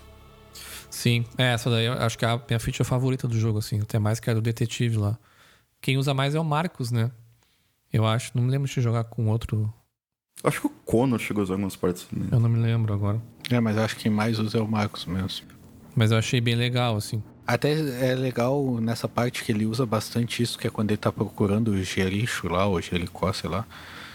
Sim, essa daí eu acho que é a minha feature favorita do jogo, assim. Até mais que a do detetive lá. Quem usa mais é o Marcos, né? Eu acho. Não me lembro de jogar com outro. Acho que o Connor chegou a usar algumas partes também. Eu não me lembro agora. Mas eu acho que quem mais usa é o Marcos mesmo. Mas eu achei bem legal, assim. Até é legal nessa parte que ele usa bastante isso, que é quando ele tá procurando o Jericho lá, ou Jericó, sei lá.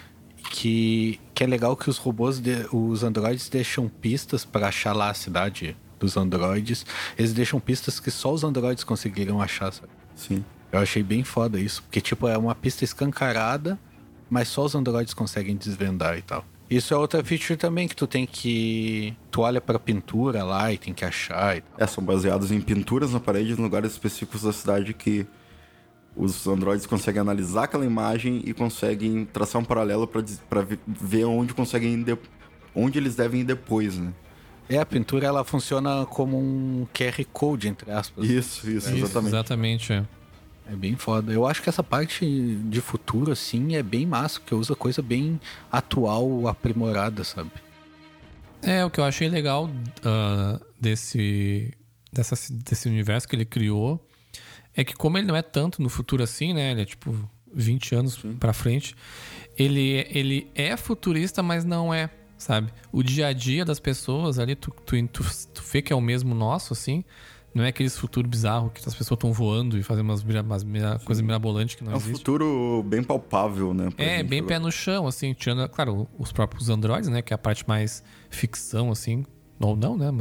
Que é legal que os robôs, os androides deixam pistas pra achar lá a cidade dos androides. Eles deixam pistas que só os androides conseguiriam achar, sabe? Sim. Eu achei bem foda isso, porque tipo, é uma pista escancarada, mas só os androides conseguem desvendar e tal. Isso é outra feature também, que tu tem que... Tu olha pra pintura lá e tem que achar e tal. São baseados em pinturas na parede em lugares específicos da cidade que os androides conseguem analisar aquela imagem e conseguem traçar um paralelo pra ver onde conseguem onde eles devem ir depois, né? A pintura ela funciona como um QR Code, entre aspas. Isso, exatamente. Exatamente, é. É bem foda. Eu acho que essa parte de futuro, assim, é bem massa, porque usa coisa bem atual, aprimorada, sabe? O que eu achei legal desse universo que ele criou é que, como ele não é tanto no futuro assim, né? Ele é tipo 20 anos pra frente. Ele é futurista, mas não é, sabe? O dia a dia das pessoas ali, tu vê que é o mesmo nosso, assim. Não é aqueles futuros bizarros que as pessoas estão voando e fazendo umas coisas mirabolantes que não existem. É um futuro bem palpável, né? Bem pé no chão, assim. Tirando, claro, os próprios androides, né? Que é a parte mais ficção, assim. Ou não, né?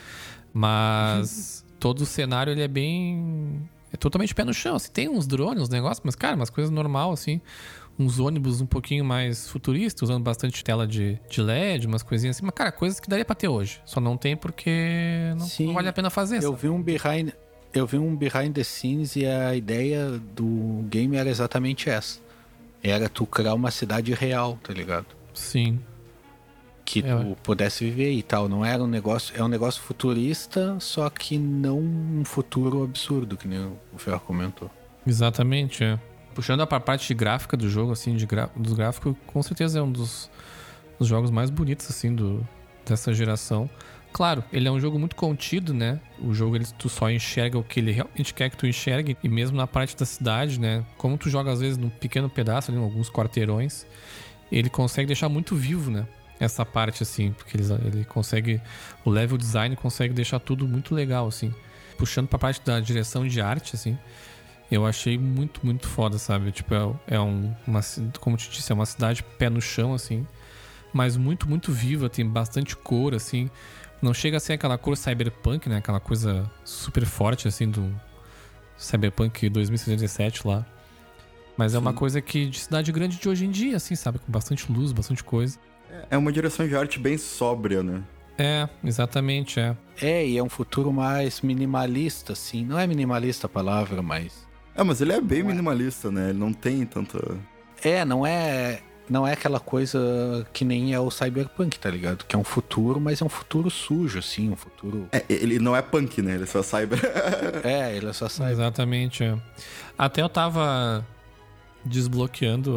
Mas todo o cenário, ele é bem... É totalmente pé no chão, assim. Tem uns drones, uns negócios, mas, cara, umas coisas normal, assim. Uns ônibus um pouquinho mais futuristas, usando bastante tela de LED, umas coisinhas assim. Mas, cara, coisas que daria pra ter hoje. Só não tem porque não vale a pena fazer. Eu vi um behind the scenes e a ideia do game era exatamente essa. Era tu criar uma cidade real, tá ligado? Sim. Que tu pudesse viver e tal. Não era um negócio... É um negócio futurista, só que não um futuro absurdo, que nem o Ferro comentou. Exatamente, Puxando a parte gráfica do jogo, assim, dos gráficos, com certeza é um dos jogos mais bonitos, assim, dessa geração. Claro, ele é um jogo muito contido, né? O jogo, tu só enxerga o que ele realmente quer que tu enxergue. E mesmo na parte da cidade, né? Como tu joga, às vezes, num pequeno pedaço, ali, em alguns quarteirões, ele consegue deixar muito vivo, né? Essa parte, assim, porque ele consegue... O level design consegue deixar tudo muito legal, assim. Puxando pra parte da direção de arte, assim... Eu achei muito, muito foda, sabe? Tipo, como eu te disse, é uma cidade pé no chão, assim. Mas muito, muito viva, tem bastante cor, assim. Não chega a ser aquela cor cyberpunk, né? Aquela coisa super forte, assim, do Cyberpunk 2077 lá. Mas é uma coisa que de cidade grande de hoje em dia, assim, sabe? Com bastante luz, bastante coisa. É uma direção de arte bem sóbria, né? Exatamente, e é um futuro mais minimalista, assim. Não é minimalista a palavra, mas... mas ele é bem minimalista, né? Ele não tem tanta... Não é aquela coisa que nem é o Cyberpunk, tá ligado? Que é um futuro, mas é um futuro sujo, assim, um futuro... ele não é punk, né? Ele é só cyber. Ele é só cyber. Exatamente, Até eu tava desbloqueando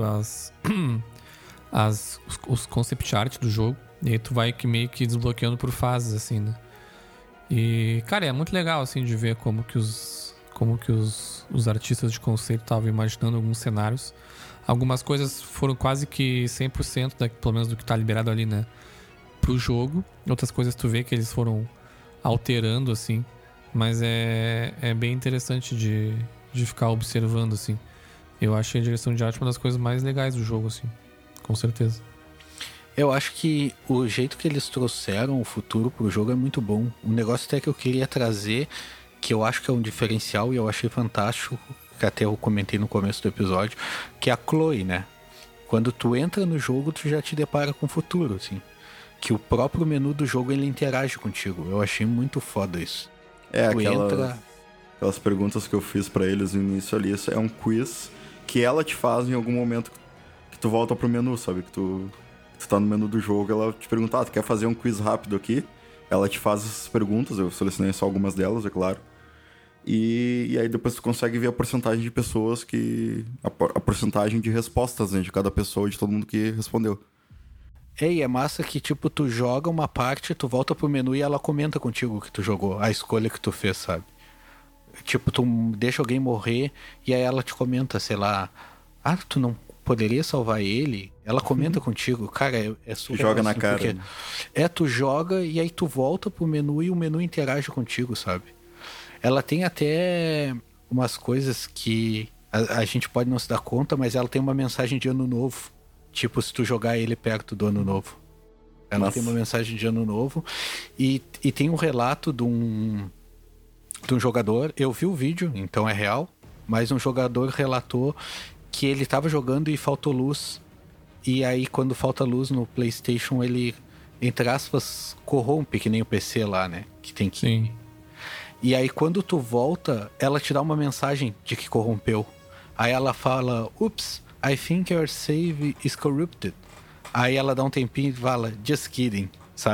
os concept art do jogo. E aí tu vai meio que desbloqueando por fases, assim, né? E, cara, é muito legal, assim, de ver como que os artistas de conceito estavam imaginando alguns cenários. Algumas coisas foram quase que 100%, pelo menos do que tá liberado ali, né? Pro jogo. Outras coisas tu vê que eles foram alterando, assim. Mas é bem interessante de ficar observando, assim. Eu achei a direção de arte uma das coisas mais legais do jogo, assim. Com certeza. Eu acho que o jeito que eles trouxeram o futuro pro jogo é muito bom. Um negócio até que eu queria trazer, que eu acho que é um diferencial e eu achei fantástico, que até eu comentei no começo do episódio, que é a Chloe, né? Quando tu entra no jogo, tu já te depara com o futuro, assim. Que o próprio menu do jogo, ele interage contigo. Eu achei muito foda isso. Aquelas perguntas que eu fiz pra eles no início ali, isso é um quiz que ela te faz em algum momento que tu volta pro menu, sabe? Que tu tá no menu do jogo, ela te pergunta, tu quer fazer um quiz rápido aqui? Ela te faz essas perguntas, eu selecionei só algumas delas, é claro. E aí depois tu consegue ver a porcentagem de pessoas a porcentagem de respostas, né, de cada pessoa, de todo mundo que respondeu. E é massa que, tipo, tu joga uma parte, tu volta pro menu e ela comenta contigo o que tu jogou, a escolha que tu fez, sabe? Tipo, tu deixa alguém morrer e aí ela te comenta, sei lá, tu não poderia salvar ele? Ela comenta contigo, cara, é super... Joga na cara. Tu joga e aí tu volta pro menu e o menu interage contigo, sabe? Ela tem até umas coisas que a gente pode não se dar conta, mas ela tem uma mensagem de ano novo. Tipo, se tu jogar ele perto do ano novo. Ela tem uma mensagem de ano novo. E tem um relato de um jogador. Eu vi o vídeo, então é real. Mas um jogador relatou que ele tava jogando e faltou luz. E aí, quando falta luz no PlayStation, ele, entre aspas, corrompe, que nem o PC lá, né? Que tem que... Sim. E aí, quando tu volta, ela te dá uma mensagem de que corrompeu. Aí ela fala, "Oops, I think your save is corrupted." Aí ela dá um tempinho e fala, "Just kidding", sabe?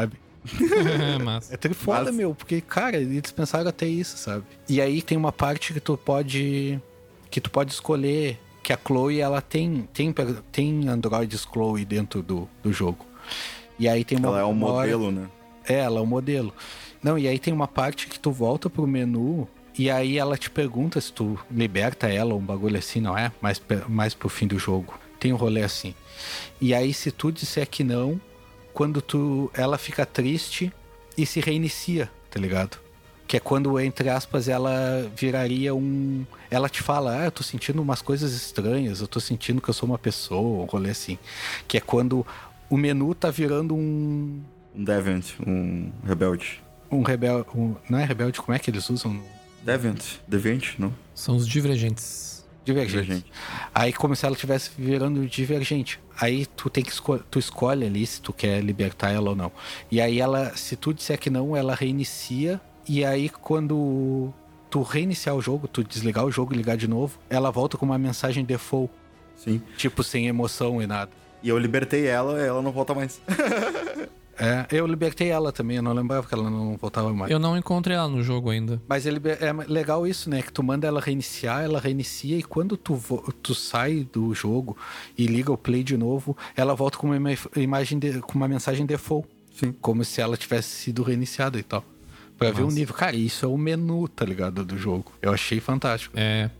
Mas... É trifoda, Mas- meu, porque, cara, eles pensaram até isso, sabe? E aí tem uma parte que tu pode escolher que a Chloe, ela tem androides Chloe dentro do jogo. E aí tem uma Ela é um uma hora- modelo, né? ela é o modelo. Não, e aí tem uma parte que tu volta pro menu e aí ela te pergunta se tu liberta ela, um bagulho assim, não é? Mais pro fim do jogo. Tem um rolê assim. E aí se tu disser que não, quando ela fica triste e se reinicia, tá ligado? Que é quando, entre aspas, ela viraria um... Ela te fala, eu tô sentindo umas coisas estranhas, eu tô sentindo que eu sou uma pessoa, um rolê assim. Que é quando o menu tá virando um... Um Deviant, um rebelde. Um rebelde. Não é rebelde, como é que eles usam? Deviant, não? São os divergentes. Divergente. Divergente. Aí como se ela estivesse virando divergente. Aí tu tem que tu escolhe ali se tu quer libertar ela ou não. E aí ela, se tu disser que não, ela reinicia. E aí quando tu reiniciar o jogo, tu desligar o jogo e ligar de novo, ela volta com uma mensagem default. Sim. Tipo, sem emoção e nada. E eu libertei ela não volta mais. É, eu libertei ela também, eu não lembrava que ela não voltava mais. Eu não encontrei ela no jogo ainda. Mas é legal isso, né? Que tu manda ela reiniciar, ela reinicia e quando tu sai do jogo e liga o play de novo, ela volta com uma imagem com uma mensagem default. Sim. Como se ela tivesse sido reiniciada e tal. Pra ver o nível. Cara, isso é o menu, tá ligado? Do jogo. Eu achei fantástico. É.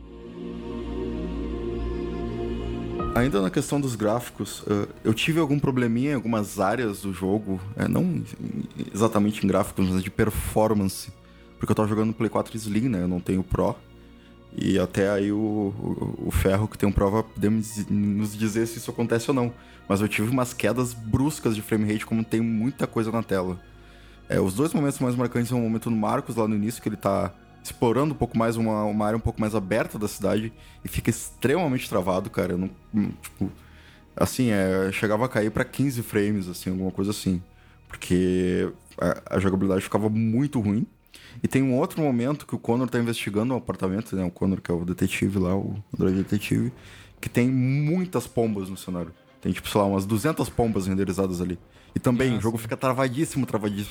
Ainda na questão dos gráficos, eu tive algum probleminha em algumas áreas do jogo, não exatamente em gráficos, mas de performance, porque eu tava jogando no Play 4 Slim, né, eu não tenho Pro, e até aí o Ferro que tem um Pro vai poder nos dizer se isso acontece ou não, mas eu tive umas quedas bruscas de frame rate, como tem muita coisa na tela. Os dois momentos mais marcantes são o momento do Marcos, lá no início, que ele tá explorando um pouco mais uma área um pouco mais aberta da cidade e fica extremamente travado, cara. Eu não, tipo, assim, chegava a cair pra 15 frames, assim, alguma coisa assim. Porque a jogabilidade ficava muito ruim. E tem um outro momento que o Connor tá investigando o apartamento, né? O Connor, que é o detetive lá, o Android detetive, que tem muitas pombas no cenário. Tem, tipo, sei lá, umas 200 pombas renderizadas ali. E também o jogo fica travadíssimo.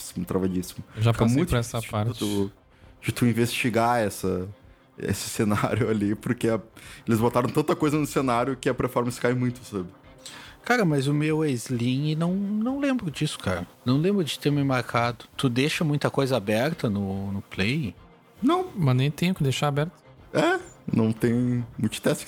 Eu já fica passei muito por essa difícil parte. de tu investigar esse cenário ali, porque eles botaram tanta coisa no cenário que a performance cai muito, sabe? Cara, mas o meu é Slim e não lembro disso, cara. Não lembro de ter me marcado. Tu deixa muita coisa aberta no Play? Não, Mas nem tenho que deixar aberto. não tem multitasking.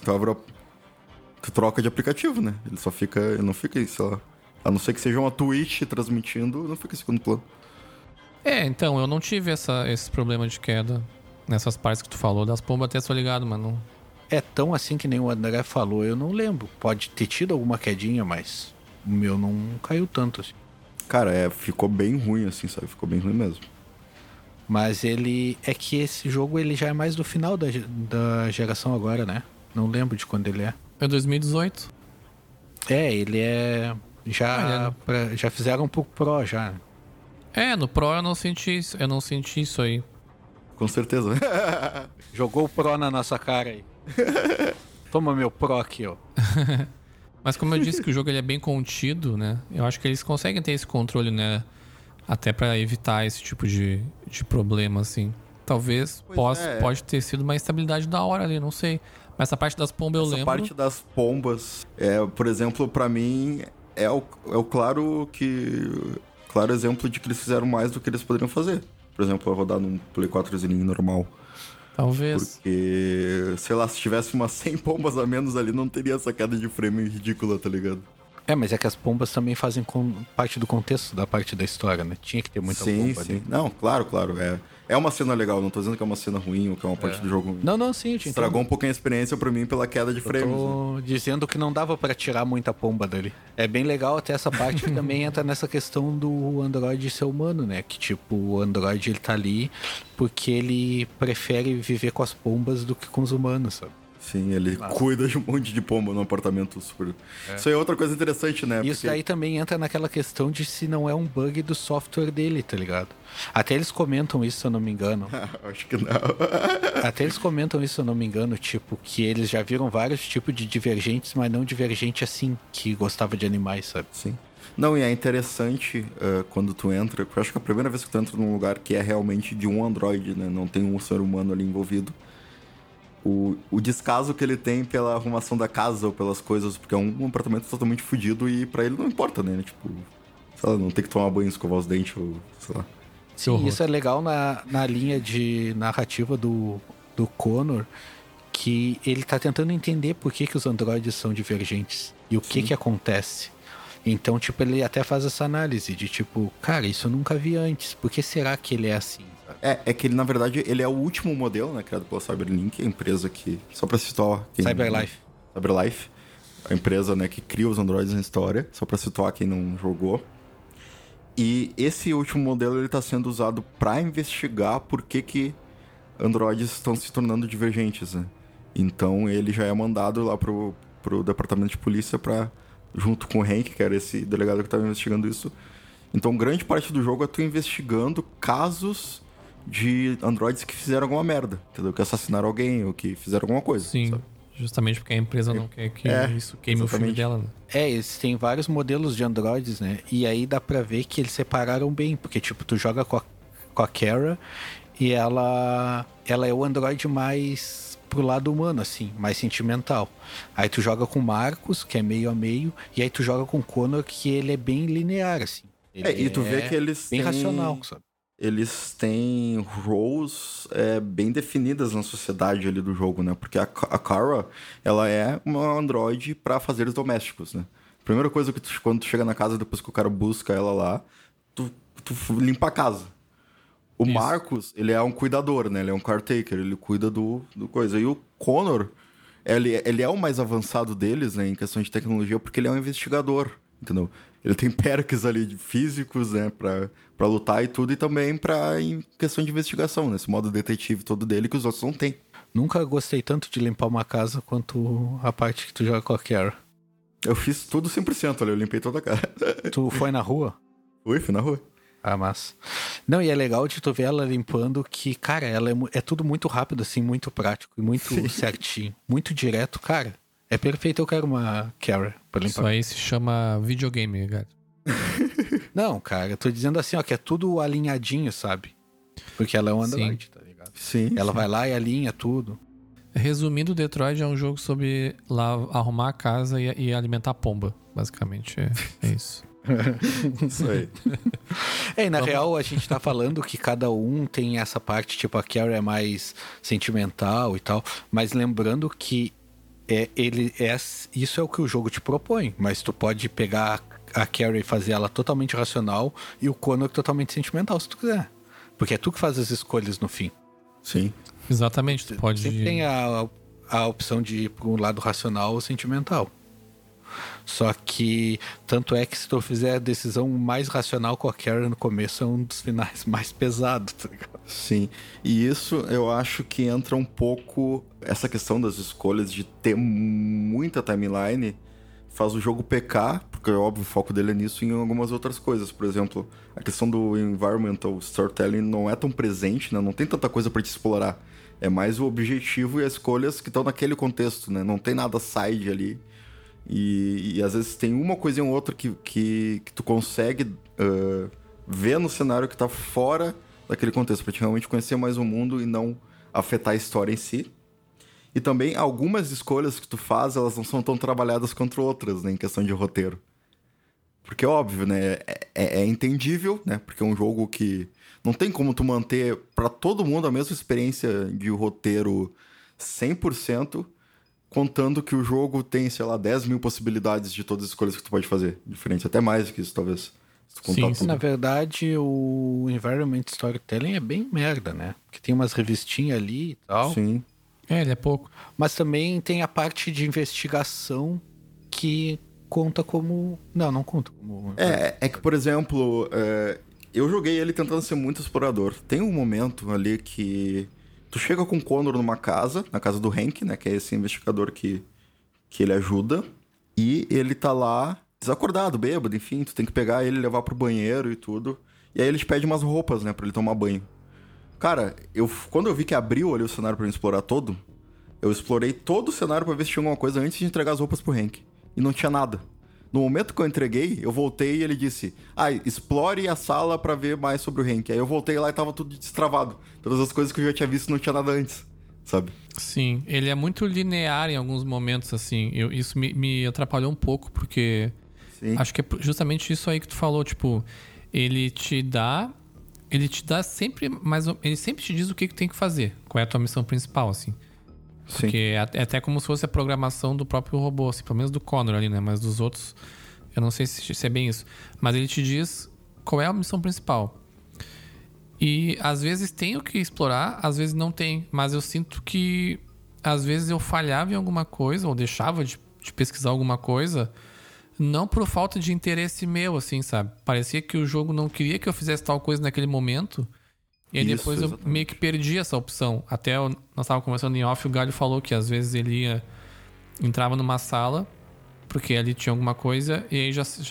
Tu troca de aplicativo, né? Ele não fica, sei lá, a não ser que seja uma Twitch transmitindo, não fica em segundo plano. Então, eu não tive esse problema de queda nessas partes que tu falou. Das pombas até sou ligado, mas não... É tão assim que nem o André falou, eu não lembro. Pode ter tido alguma quedinha, mas o meu não caiu tanto assim. Cara, ficou bem ruim, assim, sabe? Ficou bem ruim mesmo. Mas ele... É que esse jogo ele já é mais do final da geração agora, né? Não lembro de quando ele é. É 2018. Ele é... Já fizeram pro Pro, já. No Pro eu não senti isso aí. Com certeza. Jogou o Pro na nossa cara aí. Toma meu Pro aqui, ó. Mas como eu disse que o jogo ele é bem contido, né? Eu acho que eles conseguem ter esse controle, né? Até pra evitar esse tipo de problema, assim. Talvez pode ter sido uma instabilidade da hora ali, não sei. Mas essa parte das pombas eu lembro. Essa parte das pombas, por exemplo, pra mim, é o claro exemplo de que eles fizeram mais do que eles poderiam fazer. Por exemplo, eu rodar num Play 4 normal. Talvez. Porque, sei lá, se tivesse umas 100 pombas a menos ali, não teria essa queda de frame ridícula, tá ligado? Mas é que as pombas também fazem parte do contexto da parte da história, né? Tinha que ter muita pomba ali. Não, claro. É uma cena legal, não tô dizendo que é uma cena ruim ou que é uma parte do jogo ruim. Não, sim, eu te Estragou um pouquinho a experiência pra mim pela queda de frames. Tô dizendo que não dava pra tirar muita pomba dali. É bem legal até essa parte que também entra nessa questão do Android ser humano, né? Que tipo, o Android ele tá ali porque ele prefere viver com as pombas do que com os humanos, sabe? Sim, ele cuida de um monte de pomba no apartamento super... Isso aí é outra coisa interessante, né? Isso daí também entra naquela questão de se não é um bug do software dele, tá ligado? Até eles comentam isso, se eu não me engano. Acho que não. Até eles comentam isso, se eu não me engano, tipo, que eles já viram vários tipos de divergentes, mas não divergente assim, que gostava de animais, sabe? Sim. Não, e é interessante quando tu entra, eu acho que é a primeira vez que tu entra num lugar que é realmente de um androide, né? Não tem um ser humano ali envolvido. O descaso que ele tem pela arrumação da casa ou pelas coisas, porque é um apartamento totalmente fodido e pra ele não importa, né? Tipo, sei lá, não tem que tomar banho, escovar os dentes ou sei lá. Sim, isso é legal na linha de narrativa do Connor, que ele tá tentando entender por que os androides são divergentes e o que acontece. Então, tipo, ele até faz essa análise de tipo, cara, isso eu nunca vi antes, por que será que ele é assim? É que ele, na verdade, ele é o último modelo, né, criado pela Cyberlink, a empresa que, só pra citar quem... Cyberlife, a empresa, né, que cria os androides na história, só pra situar quem não jogou. E esse último modelo, ele tá sendo usado pra investigar por que androides estão se tornando divergentes, né? Então, ele já é mandado lá pro departamento de polícia pra... junto com o Hank, que era esse delegado que estava investigando isso. Então, grande parte do jogo é tu investigando casos de androides que fizeram alguma merda, entendeu? Que assassinaram alguém ou que fizeram alguma coisa. Sim, sabe? Justamente porque a empresa não quer que isso queime o filme dela, né? Eles têm vários modelos de androides, né? E aí dá pra ver que eles separaram bem, porque, tipo, tu joga com a Kara e ela é o androide mais pro lado humano, assim, mais sentimental. Aí tu joga com o Marcus, que é meio a meio, e aí tu joga com o Connor, que ele é bem linear, assim. E tu vê que eles bem racional, sabe? Eles têm roles bem definidas na sociedade ali do jogo, né? Porque a Kara, ela é uma androide pra fazeres domésticos, né? Primeira coisa que quando tu chega na casa, depois que o cara busca ela lá, tu limpa a casa. O Marcus, ele é um cuidador, né? Ele é um caretaker, ele cuida do coisa. E o Connor, ele é o mais avançado deles, né? Em questão de tecnologia, porque ele é um investigador, entendeu? Ele tem perks ali físicos, né? Pra lutar e tudo. E também em questão de investigação, né? Esse modo detetive todo dele que os outros não têm. Nunca gostei tanto de limpar uma casa quanto a parte que tu joga com a Kara. Eu fiz tudo 100%, olha. Eu limpei toda a casa. Tu foi na rua? Fui na rua. Ah, massa. Não, e é legal de tu ver ela limpando que, cara, ela é tudo muito rápido, assim, muito prático e muito certinho. Muito direto, cara. É perfeito, eu quero uma Kara pra limpar. Isso aí se chama videogame, cara. Não, cara, eu tô dizendo assim, ó, que é tudo alinhadinho, sabe? Porque ela é um Android, tá ligado? Sim. Ela vai lá e alinha tudo. Resumindo, Detroit é um jogo sobre lá arrumar a casa e alimentar a pomba, basicamente. É isso. Isso aí. Na real, a gente tá falando que cada um tem essa parte, tipo, a Kara é mais sentimental e tal, mas lembrando que isso é o que o jogo te propõe, mas tu pode pegar a Kara e fazer ela totalmente racional e o Connor totalmente sentimental, se tu quiser. Porque é tu que faz as escolhas no fim. Sim. Exatamente, tu pode... Sempre tem a opção de ir para um lado racional ou sentimental. Só que, tanto é que se tu fizer a decisão mais racional com a Kara no começo, é um dos finais mais pesados, tá ligado? Sim, e isso eu acho que entra um pouco... Essa questão das escolhas de ter muita timeline faz o jogo pecar, porque óbvio o foco dele é nisso, e em algumas outras coisas. Por exemplo, a questão do environmental storytelling não é tão presente, né? Não tem tanta coisa pra te explorar. É mais o objetivo e as escolhas que estão naquele contexto, né? Não tem nada side ali. E às vezes tem uma coisinha ou outra que tu consegue ver no cenário que tá fora daquele contexto, pra te realmente conhecer mais o mundo e não afetar a história em si. E também algumas escolhas que tu faz, elas não são tão trabalhadas quanto outras, né, em questão de roteiro. Porque, óbvio, né, é entendível, né, porque é um jogo que não tem como tu manter pra todo mundo a mesma experiência de roteiro 100%, contando que o jogo tem, sei lá, 10 mil possibilidades de todas as escolhas que tu pode fazer. Diferente, até mais do que isso, talvez. Se tu contar tudo. Na verdade, o Environment Storytelling é bem merda, né? Porque tem umas revistinhas ali e tal. Sim. Ele é pouco. Mas também tem a parte de investigação que conta como... Não conta como... É que, por exemplo, eu joguei ele tentando ser muito explorador. Tem um momento ali que... Tu chega com o Connor numa casa, na casa do Hank, né? Que é esse investigador que ele ajuda. E ele tá lá, desacordado, bêbado, enfim. Tu tem que pegar ele, levar pro banheiro e tudo. E aí ele te pede umas roupas, né? Pra ele tomar banho. Cara, quando eu vi que abriu ali o cenário pra eu explorar todo, eu explorei todo o cenário pra ver se tinha alguma coisa antes de entregar as roupas pro Hank. E não tinha nada. No momento que eu entreguei, eu voltei e ele disse: explore a sala pra ver mais sobre o Hank. Aí eu voltei lá e tava tudo destravado. Todas as coisas que eu já tinha visto não tinha nada antes, sabe? Sim, ele é muito linear em alguns momentos, assim. Isso me atrapalhou um pouco, porque Sim. acho que é justamente isso aí que tu falou, tipo, ele te dá sempre, mas ele sempre te diz o que tu tem que fazer, qual é a tua missão principal, assim. Porque é até como se fosse a programação do próprio robô, assim, pelo menos do Connor ali, né? Mas dos outros, eu não sei se é bem isso. Mas ele te diz qual é a missão principal. E às vezes tem o que explorar, às vezes não tem. Mas eu sinto que às vezes eu falhava em alguma coisa, ou deixava de pesquisar alguma coisa, não por falta de interesse meu, assim, sabe? Parecia que o jogo não queria que eu fizesse tal coisa naquele momento. E aí depois eu meio que perdi essa opção. Até nós estávamos conversando em off, o Galho falou que às vezes ele entrava numa sala, porque ali tinha alguma coisa, e aí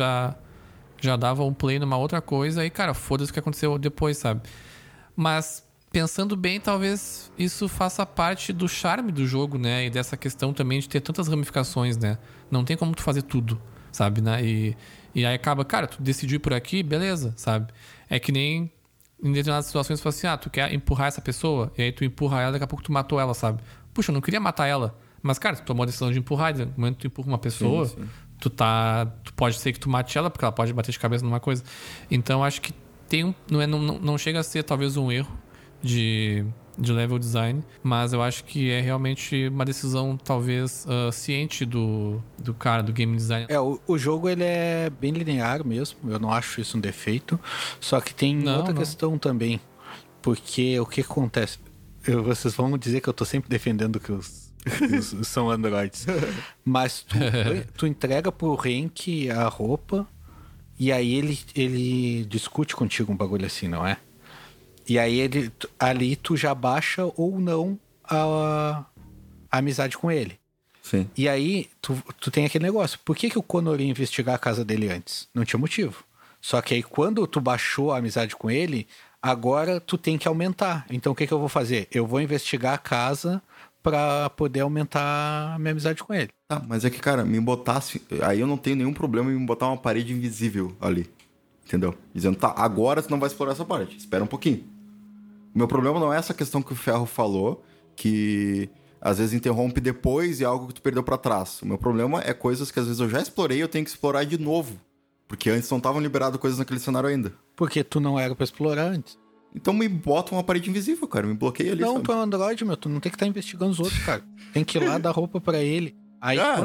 já dava um play numa outra coisa, e cara, foda-se o que aconteceu depois, sabe? Mas pensando bem, talvez isso faça parte do charme do jogo, né? E dessa questão também de ter tantas ramificações, né? Não tem como tu fazer tudo, sabe? Né? E aí acaba, cara, tu decidiu ir por aqui, beleza, sabe? É que nem em determinadas situações tu fala assim, tu quer empurrar essa pessoa, e aí tu empurra ela, daqui a pouco tu matou ela, sabe? Puxa, eu não queria matar ela, mas cara, tu tomou a decisão de empurrar, no momento que tu empurra uma pessoa, sim. tu pode ser que tu mate ela, porque ela pode bater de cabeça numa coisa. Então acho que tem não chega a ser talvez um erro de level design, mas eu acho que é realmente uma decisão talvez ciente do cara, do game design. O jogo ele é bem linear mesmo, eu não acho isso um defeito, só que tem outra questão também, porque o que acontece? Vocês vão dizer que eu tô sempre defendendo que os são androids, mas tu entrega pro Hank a roupa e aí ele discute contigo um bagulho assim, não é? E aí ali tu já baixa ou não a amizade com ele. Sim. E aí tu tem aquele negócio. Por que o Connor ia investigar a casa dele antes? Não tinha motivo. Só que aí quando tu baixou a amizade com ele, agora tu tem que aumentar. Então o que eu vou fazer? Eu vou investigar a casa pra poder aumentar a minha amizade com ele. Tá, mas é que, cara, me botasse... Aí eu não tenho nenhum problema em me botar uma parede invisível ali. Entendeu? Dizendo, tá, agora tu não vai explorar essa parte. Espera um pouquinho. O meu problema não é essa questão que o Ferro falou, que às vezes interrompe depois e é algo que tu perdeu pra trás. O meu problema é coisas que às vezes eu já explorei e eu tenho que explorar de novo. Porque antes não estavam liberadas coisas naquele cenário ainda. Porque tu não era pra explorar antes. Então me bota uma parede invisível, cara. Me bloqueia ali, Não, sabe? tu é um Android, meu. Tu não tem que estar investigando os outros, cara. Tem que ir lá dar roupa pra ele. Aí Cara,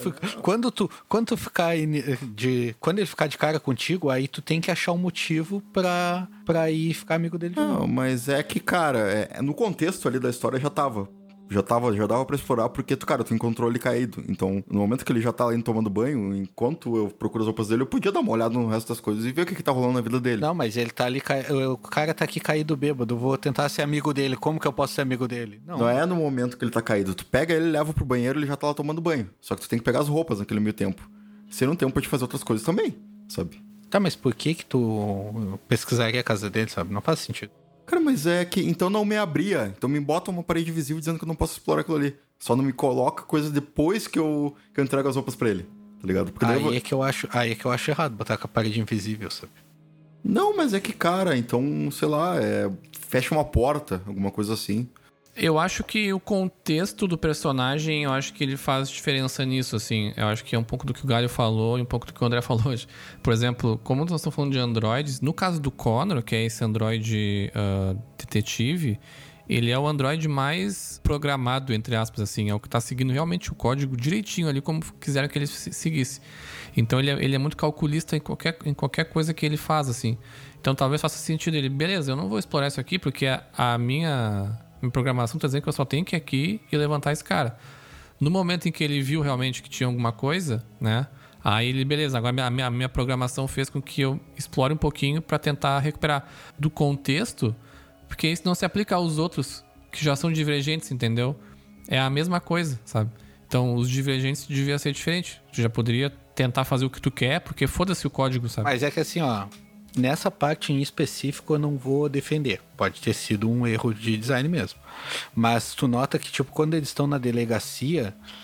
quando ele ficar de cara contigo, aí tu tem que achar um motivo pra ir ficar amigo dele de novo. Não, mas é que, cara, no contexto ali da história já dava pra explorar, porque tu encontrou ele caído. Então, no momento que ele já tá lá indo tomando banho, enquanto eu procuro as roupas dele, eu podia dar uma olhada no resto das coisas e ver o que tá rolando na vida dele. Não, mas ele tá ali, o cara tá aqui caído bêbado, vou tentar ser amigo dele, como que eu posso ser amigo dele? Não é no momento que ele tá caído, tu pega ele, leva pro banheiro, ele já tá lá tomando banho. Só que tu tem que pegar as roupas naquele meio tempo. Você não tem tempo pra te fazer outras coisas também, sabe? Tá, mas por que tu pesquisaria a casa dele, sabe? Não faz sentido. Cara, mas é que... Então não me abria. Então me bota uma parede visível dizendo que eu não posso explorar aquilo ali. Só não me coloca coisas depois que eu entrego as roupas pra ele. Tá ligado? Porque aí é que eu acho errado botar com a parede invisível, sabe? Não, mas é que, cara, então, sei lá, fecha uma porta, alguma coisa assim. Eu acho que o contexto do personagem, eu acho que ele faz diferença nisso, assim. Eu acho que é um pouco do que o Galho falou e um pouco do que o André falou hoje. Por exemplo, como nós estamos falando de androides, no caso do Connor, que é esse androide detetive, ele é o androide mais programado, entre aspas, assim. É o que está seguindo realmente o código direitinho ali, como quiseram que ele seguisse. Então ele é muito calculista em qualquer coisa que ele faz, assim. Então talvez faça sentido ele, beleza, eu não vou explorar isso aqui porque a minha programação tá dizendo que eu só tenho que ir aqui e levantar esse cara. No momento em que ele viu realmente que tinha alguma coisa, né? Aí ele, beleza, agora a minha programação fez com que eu explore um pouquinho pra tentar recuperar do contexto, porque isso não se aplica aos outros que já são divergentes, entendeu? É a mesma coisa, sabe? Então os divergentes deviam ser diferentes. Tu já poderia tentar fazer o que tu quer, porque foda-se o código, sabe? Mas é que assim, ó, nessa parte em específico eu não vou defender. Pode ter sido um erro de design mesmo. Mas tu nota que, tipo, quando eles estão na delegacia,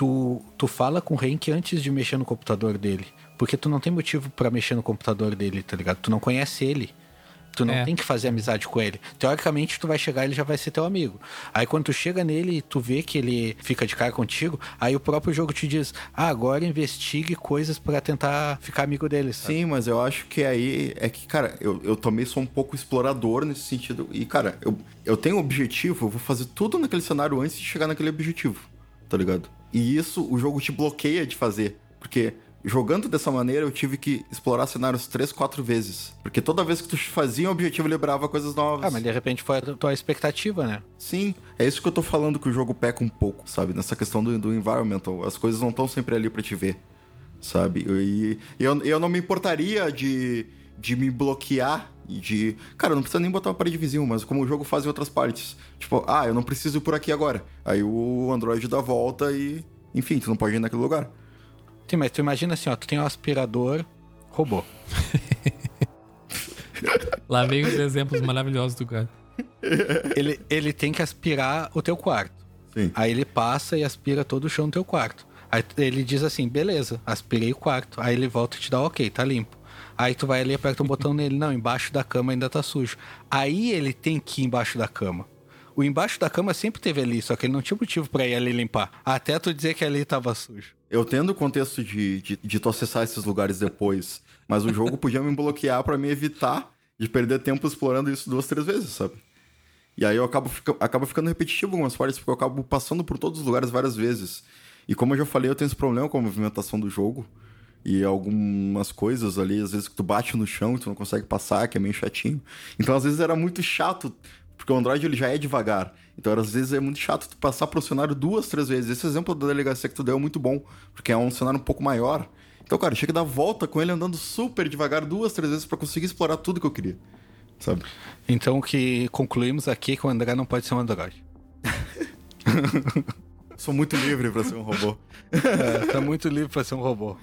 tu fala com o Henk antes de mexer no computador dele. Porque tu não tem motivo pra mexer no computador dele, tá ligado? Tu não conhece ele. Tu não tem que fazer amizade com ele. Teoricamente, tu vai chegar e ele já vai ser teu amigo. Aí quando tu chega nele e tu vê que ele fica de cara contigo, aí o próprio jogo te diz, agora investigue coisas pra tentar ficar amigo dele, sabe? Sim, mas eu acho que aí é que, cara, eu também sou um pouco explorador nesse sentido. E, cara, eu tenho um objetivo, eu vou fazer tudo naquele cenário antes de chegar naquele objetivo, tá ligado? E isso o jogo te bloqueia de fazer. Porque jogando dessa maneira, eu tive que explorar cenários 3, 4 vezes. Porque toda vez que tu fazia um objetivo, ele lembrava coisas novas. Ah, mas de repente foi a tua expectativa, né? Sim, é isso que eu tô falando que o jogo peca um pouco, sabe? Nessa questão do environmental. As coisas não estão sempre ali pra te ver, sabe? E eu não me importaria de me bloquear e de... Cara, eu não precisa nem botar uma parede vizinho, mas como o jogo faz em outras partes. Tipo, eu não preciso ir por aqui agora. Aí o Android dá a volta e... Enfim, tu não pode ir naquele lugar. Sim, mas tu imagina assim, ó, tu tem um aspirador robô. Lá vem os exemplos maravilhosos do cara. Ele tem que aspirar o teu quarto. Sim. Aí ele passa e aspira todo o chão do teu quarto. Aí ele diz assim, beleza, aspirei o quarto. Aí ele volta e te dá ok, tá limpo. Aí tu vai ali e aperta um botão nele. Não, embaixo da cama ainda tá sujo. Aí ele tem que ir embaixo da cama. O embaixo da cama sempre teve ali, só que ele não tinha motivo pra ir ali limpar. Até tu dizer que ali tava sujo. Eu tendo o contexto de tu acessar esses lugares depois, mas o jogo podia me bloquear pra me evitar de perder tempo explorando isso 2, 3 vezes, sabe? E aí eu acabo ficando repetitivo algumas partes, porque eu acabo passando por todos os lugares várias vezes. E como eu já falei, eu tenho esse problema com a movimentação do jogo. E algumas coisas ali, às vezes que tu bate no chão e tu não consegue passar, que é meio chatinho. Então às vezes era muito chato, porque o Android ele já é devagar. Então às vezes é muito chato tu passar pro cenário 2, 3 vezes. Esse exemplo da delegacia que tu deu é muito bom, porque é um cenário um pouco maior. Então, cara, chega a dar volta com ele andando super devagar 2, 3 vezes pra conseguir explorar tudo que eu queria, sabe? Então o que concluímos aqui é que o André não pode ser um Android. Sou muito livre pra ser um robô. Tá muito livre pra ser um robô.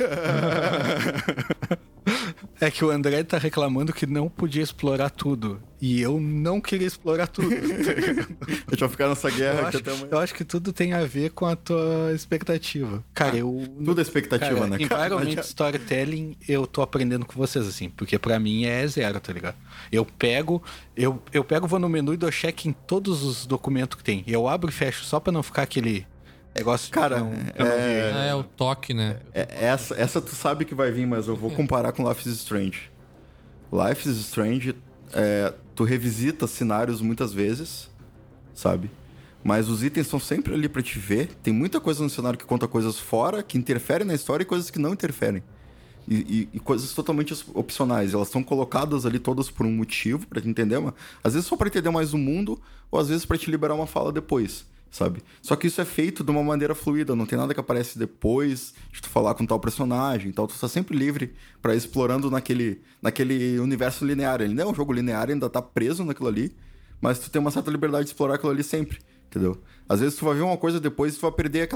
É que o André tá reclamando que não podia explorar tudo. E eu não queria explorar tudo. A gente vai ficar nessa guerra aqui até amanhã. Eu acho que tudo tem a ver com a tua expectativa. Cara, Tudo é expectativa, né? Environment Storytelling, eu tô aprendendo com vocês, assim. Porque pra mim é 0, tá ligado? Eu pego, vou no menu e dou check em todos os documentos que tem. Eu abro e fecho só pra não ficar aquele negócio. Cara, É o toque, né? Essa tu sabe que vai vir, mas eu vou comparar com Life is Strange. Life is Strange, tu revisita cenários muitas vezes, sabe? Mas os itens estão sempre ali pra te ver. Tem muita coisa no cenário que conta coisas fora, que interferem na história e coisas que não interferem. E coisas totalmente opcionais. Elas estão colocadas ali todas por um motivo, pra te entender, mas às vezes só pra entender mais o mundo, ou às vezes pra te liberar uma fala depois, sabe? Só que isso é feito de uma maneira fluida, não tem nada que aparece depois de tu falar com tal personagem, então tu tá sempre livre pra ir explorando naquele universo linear. Ele não é um jogo linear, ainda tá preso naquilo ali, mas tu tem uma certa liberdade de explorar aquilo ali sempre, entendeu? Às vezes tu vai ver uma coisa depois e tu vai perder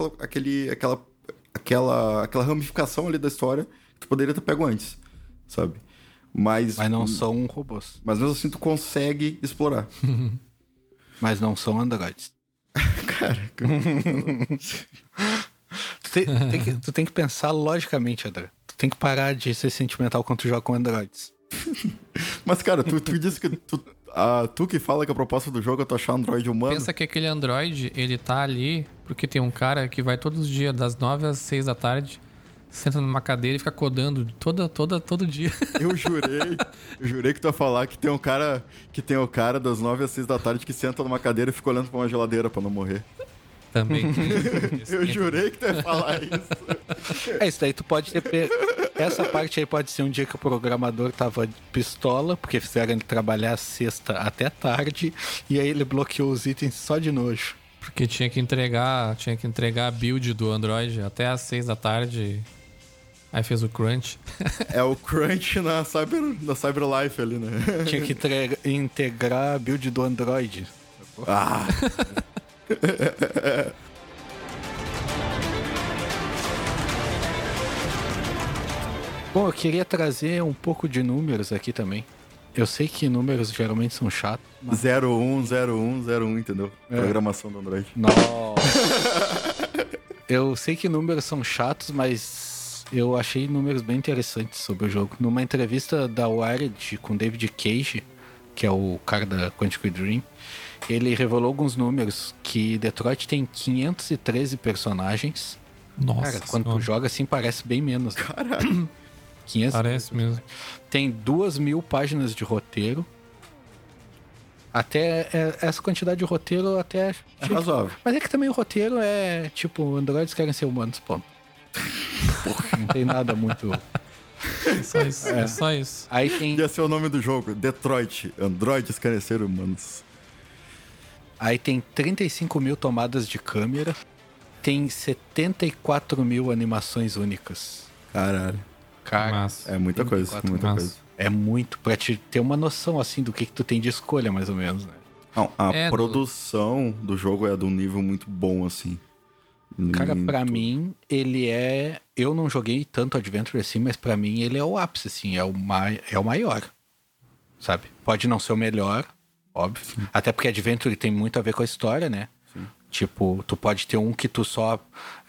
aquela ramificação ali da história que tu poderia ter pego antes, sabe? Mas não são robôs. Mas mesmo assim tu consegue explorar. Mas não são androides. Cara... tu tem que pensar logicamente, André. Tu tem que parar de ser sentimental quando tu joga com androides. Mas, cara, tu disse que tu que fala que a proposta do jogo é tu achar Android humano. Pensa que aquele Android, ele tá ali porque tem um cara que vai todos os dias, das 9 às 6 da tarde, senta numa cadeira e fica codando todo dia. Eu jurei que tu ia falar que tem o cara das 9 às 6 da tarde que senta numa cadeira e fica olhando pra uma geladeira pra não morrer. Também. Eu jurei que tu ia falar isso. Isso daí tu pode ter... Essa parte aí pode ser um dia que o programador tava de pistola, porque fizeram ele trabalhar sexta até tarde, e aí ele bloqueou os itens só de nojo. Porque tinha que entregar a build do Android até às 6 da tarde. Aí fez o crunch. É o crunch na Cyberlife ali, né? Tinha que integrar a build do Android. Ah! Bom, eu queria trazer um pouco de números aqui também. Eu sei que números geralmente são chatos. Mas... 01, 01, 01, entendeu? Programação do Android. Nossa! Eu sei que números são chatos, mas eu achei números bem interessantes sobre o jogo. Numa entrevista da Wired com David Cage, que é o cara da Quantic Dream, ele revelou alguns números que Detroit tem 513 personagens. Nossa, cara, quando tu joga assim parece bem menos. Caralho. 500 parece mesmo. Tem 2.000 páginas de roteiro. Até essa quantidade de roteiro até... É razoável. Mas é que também o roteiro é tipo, androides querem ser humanos, ponto. Não tem nada muito... Só isso, é só isso. Aí tem... Ia ser o nome do jogo, Detroit, androides querem ser humanos. Aí tem 35 mil tomadas de câmera. Tem 74 mil animações únicas. Caralho. Cara, Massa. É muita coisa, muita Massa. coisa. é muito pra te ter uma noção, assim, do que tu tem de escolha, mais ou menos, né? Não, a produção do jogo é de um nível muito bom, assim. Cara, Em pra tudo. mim, ele é... Eu não joguei tanto Adventure assim, mas pra mim ele é o ápice, assim. É o maior, sabe? Pode não ser o melhor, óbvio. Sim. Até porque Adventure tem muito a ver com a história, né? Sim. Tipo, tu pode ter um que tu só...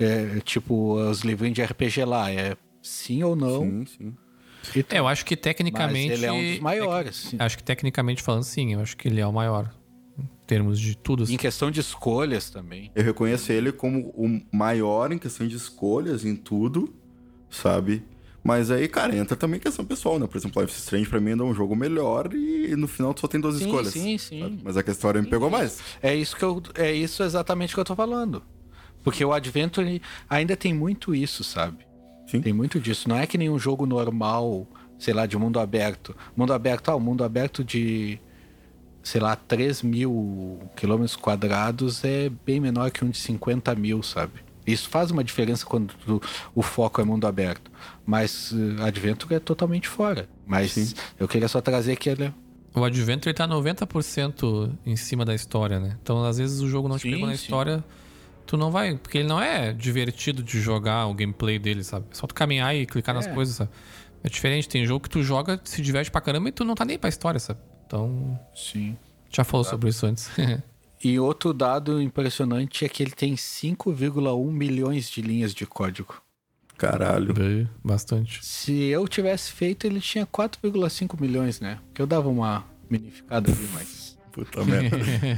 tipo, os livrinhos de RPG lá. É sim ou não. Sim, sim. Eu acho que tecnicamente... Mas ele é um dos maiores. Acho que tecnicamente falando, sim. Eu acho que ele é o maior. Em termos de tudo. Em questão de escolhas também. Eu reconheço ele como o maior em questão de escolhas em tudo, sabe? Mas aí, cara, entra também questão pessoal, né? Por exemplo, Life is Strange pra mim ainda é um jogo melhor e no final tu só tem duas escolhas. Sim. Sabe? Mas a história me pegou mais. É isso exatamente que eu tô falando. Porque o Adventure ainda tem muito isso, sabe? Sim. Tem muito disso. Não é que nem um jogo normal, sei lá, de mundo aberto. Mundo aberto de, sei lá, 3.000 quilômetros quadrados é bem menor que um de 50 mil, sabe? Isso faz uma diferença quando o foco é mundo aberto. Mas Adventure é totalmente fora. Mas sim, eu queria só trazer que ele... O Adventure tá 90% em cima da história, né? Então, às vezes, o jogo não te pegou na história... Tu não vai... Porque ele não é divertido de jogar o gameplay dele, sabe? É só tu caminhar e clicar nas coisas, sabe? É diferente. Tem jogo que tu joga, se diverte pra caramba e tu não tá nem pra história, sabe? Então... Sim. Já falou sobre isso antes. E outro dado impressionante é que ele tem 5,1 milhões de linhas de código. Caralho. Bastante. Se eu tivesse feito, ele tinha 4,5 milhões, né? Que eu dava uma minificada ali, mas... Puta merda.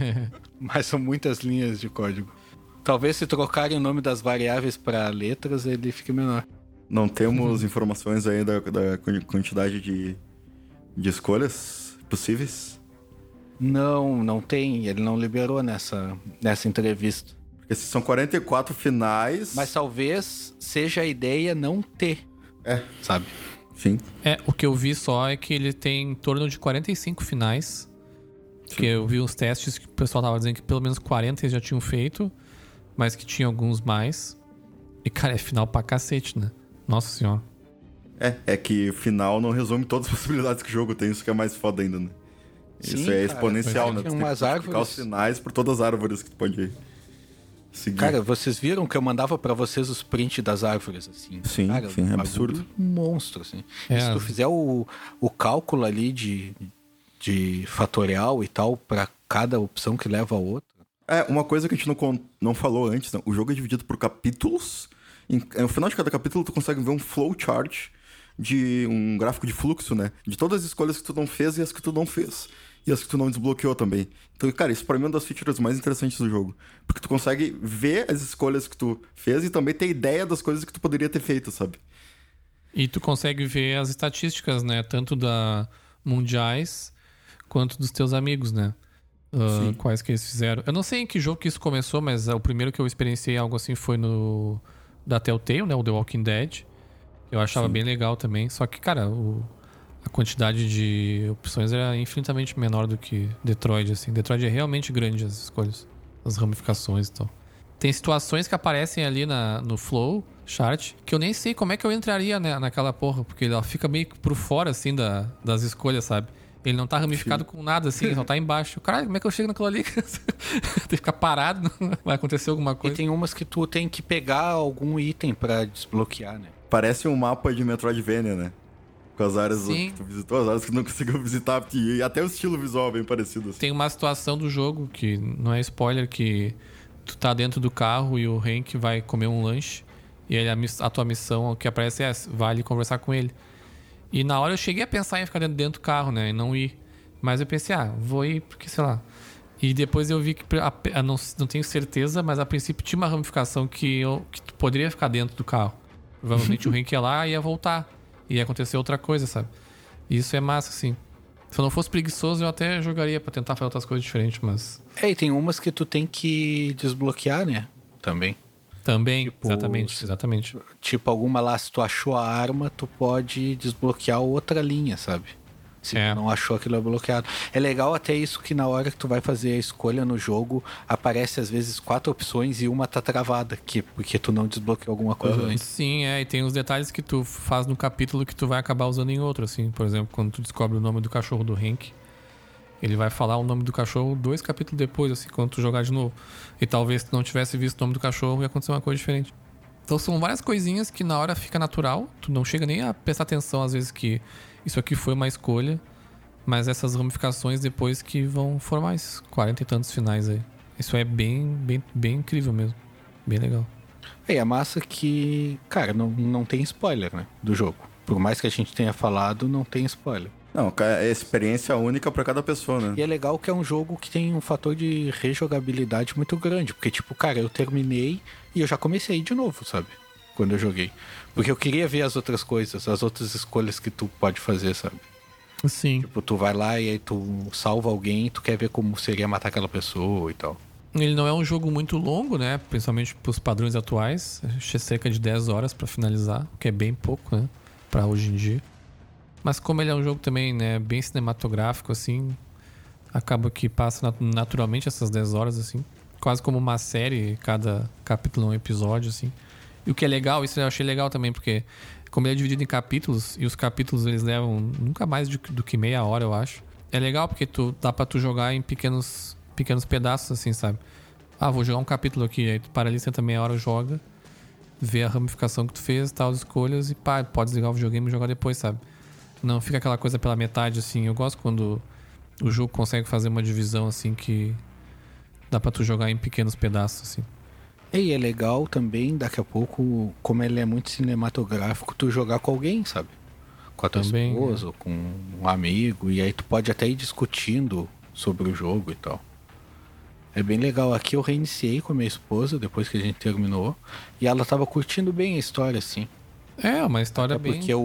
Mas são muitas linhas de código. Talvez se trocarem o nome das variáveis para letras, ele fique menor. Não temos informações aí da quantidade de escolhas possíveis? Não tem. Ele não liberou nessa entrevista. Porque se são 44 finais... Mas talvez seja a ideia não ter. Sabe? Sim. O que eu vi só é que ele tem em torno de 45 finais. Sim. Que eu vi uns testes que o pessoal tava dizendo que pelo menos 40 eles já tinham feito. Mas que tinha alguns mais. E, cara, é final pra cacete, né? Nossa senhora. É que final não resume todas as possibilidades que o jogo tem. Isso que é mais foda ainda, né? Sim, isso é exponencial, né? Tem umas árvores... os finais por todas as árvores que tu pode seguir. Cara, vocês viram que eu mandava pra vocês os prints das árvores, assim? Sim, cara, sim, é absurdo. Monstro, assim. E se tu fizer o cálculo ali de fatorial e tal, pra cada opção que leva a outra... Uma coisa que a gente não falou antes, né? O jogo é dividido por capítulos. No final de cada capítulo, tu consegue ver um flowchart de um gráfico de fluxo, né? De todas as escolhas que tu não fez e as que tu não fez. E as que tu não desbloqueou também. Então, cara, isso pra mim é uma das features mais interessantes do jogo. Porque tu consegue ver as escolhas que tu fez e também ter ideia das coisas que tu poderia ter feito, sabe? E tu consegue ver as estatísticas, né? Tanto da mundiais quanto dos teus amigos, né? Quais que eles fizeram. Eu não sei em que jogo que isso começou, mas o primeiro que eu experienciei algo assim foi no da Telltale, né? O The Walking Dead. Eu achava bem legal também. Só que, cara, a quantidade de opções era infinitamente menor do que Detroit, assim. Detroit é realmente grande, as escolhas, as ramificações e tal. Tem situações que aparecem ali no Flow Chart que eu nem sei como é que eu entraria, né, naquela porra, porque ela fica meio por fora, assim, das escolhas, sabe? Ele não tá ramificado com nada, assim, ele só tá embaixo. Caralho, como é que eu chego naquilo ali? Tem que ficar parado, vai acontecer alguma coisa. E tem umas que tu tem que pegar algum item pra desbloquear, né? Parece um mapa de Metroidvania, né? Com as áreas que tu visitou, as áreas que tu não conseguiu visitar, e até o estilo visual é bem parecido. Assim. Tem uma situação do jogo, que não é spoiler, que tu tá dentro do carro e o Hank vai comer um lanche. E aí a tua missão, o que aparece é vai ali conversar com ele. E na hora eu cheguei a pensar em ficar dentro do carro, né? E não ir. Mas eu pensei, vou ir porque, sei lá. E depois eu vi que, não tenho certeza, mas a princípio tinha uma ramificação que tu poderia ficar dentro do carro. Provavelmente o Hank ia lá e ia voltar. Ia acontecer outra coisa, sabe? E isso é massa, assim. Se eu não fosse preguiçoso, eu até jogaria pra tentar fazer outras coisas diferentes, mas... E tem umas que tu tem que desbloquear, né? Também. Também, Tipo, exatamente. Tipo, alguma lá, se tu achou a arma, tu pode desbloquear outra linha, sabe? Se tu não achou aquilo é bloqueado. É legal até isso que na hora que tu vai fazer a escolha no jogo, aparece às vezes 4 opções e uma tá travada, porque tu não desbloqueou alguma coisa antes. Sim, e tem os detalhes que tu faz no capítulo que tu vai acabar usando em outro, assim. Por exemplo, quando tu descobre o nome do cachorro do Hank, ele vai falar o nome do cachorro 2 capítulos depois, assim, quando tu jogar de novo. E talvez tu não tivesse visto o nome do cachorro e acontecer uma coisa diferente. Então são várias coisinhas que na hora fica natural, tu não chega nem a prestar atenção às vezes que isso aqui foi uma escolha, mas essas ramificações depois que vão formar esses 40 e tantos finais aí. Isso é bem incrível mesmo. Bem legal. É massa que, cara, não tem spoiler, né, do jogo. Por mais que a gente tenha falado, não tem spoiler. Não, é experiência única pra cada pessoa, né? E é legal que é um jogo que tem um fator de rejogabilidade muito grande. Porque, tipo, cara, eu terminei e eu já comecei de novo, sabe? Quando eu joguei. Porque eu queria ver as outras coisas, as outras escolhas que tu pode fazer, sabe? Sim. Tipo, tu vai lá e aí tu salva alguém e tu quer ver como seria matar aquela pessoa e tal. Ele não é um jogo muito longo, né? Principalmente pros padrões atuais. Acho cerca de 10 horas pra finalizar, o que é bem pouco, né? Pra hoje em dia. Mas como ele é um jogo também, né, bem cinematográfico, assim, acaba que passa naturalmente essas 10 horas, assim. Quase como uma série, cada capítulo é um episódio, assim. E o que é legal, isso eu achei legal também, porque como ele é dividido em capítulos, e os capítulos eles levam nunca mais do que meia hora, eu acho. É legal porque dá pra tu jogar em pequenos pedaços, assim, sabe? Vou jogar um capítulo aqui, aí tu para ali, senta meia hora, joga, vê a ramificação que tu fez, tal, as escolhas, e pode desligar o videogame e jogar depois, sabe? Não fica aquela coisa pela metade, assim. Eu gosto quando o jogo consegue fazer uma divisão, assim, que dá pra tu jogar em pequenos pedaços, assim. E é legal também, daqui a pouco, como ele é muito cinematográfico, tu jogar com alguém, sabe? Com a tua esposa, ou com um amigo, e aí tu pode até ir discutindo sobre o jogo e tal. É bem legal. Aqui eu reiniciei com a minha esposa, depois que a gente terminou, e ela tava curtindo bem a história, assim. É, uma história até porque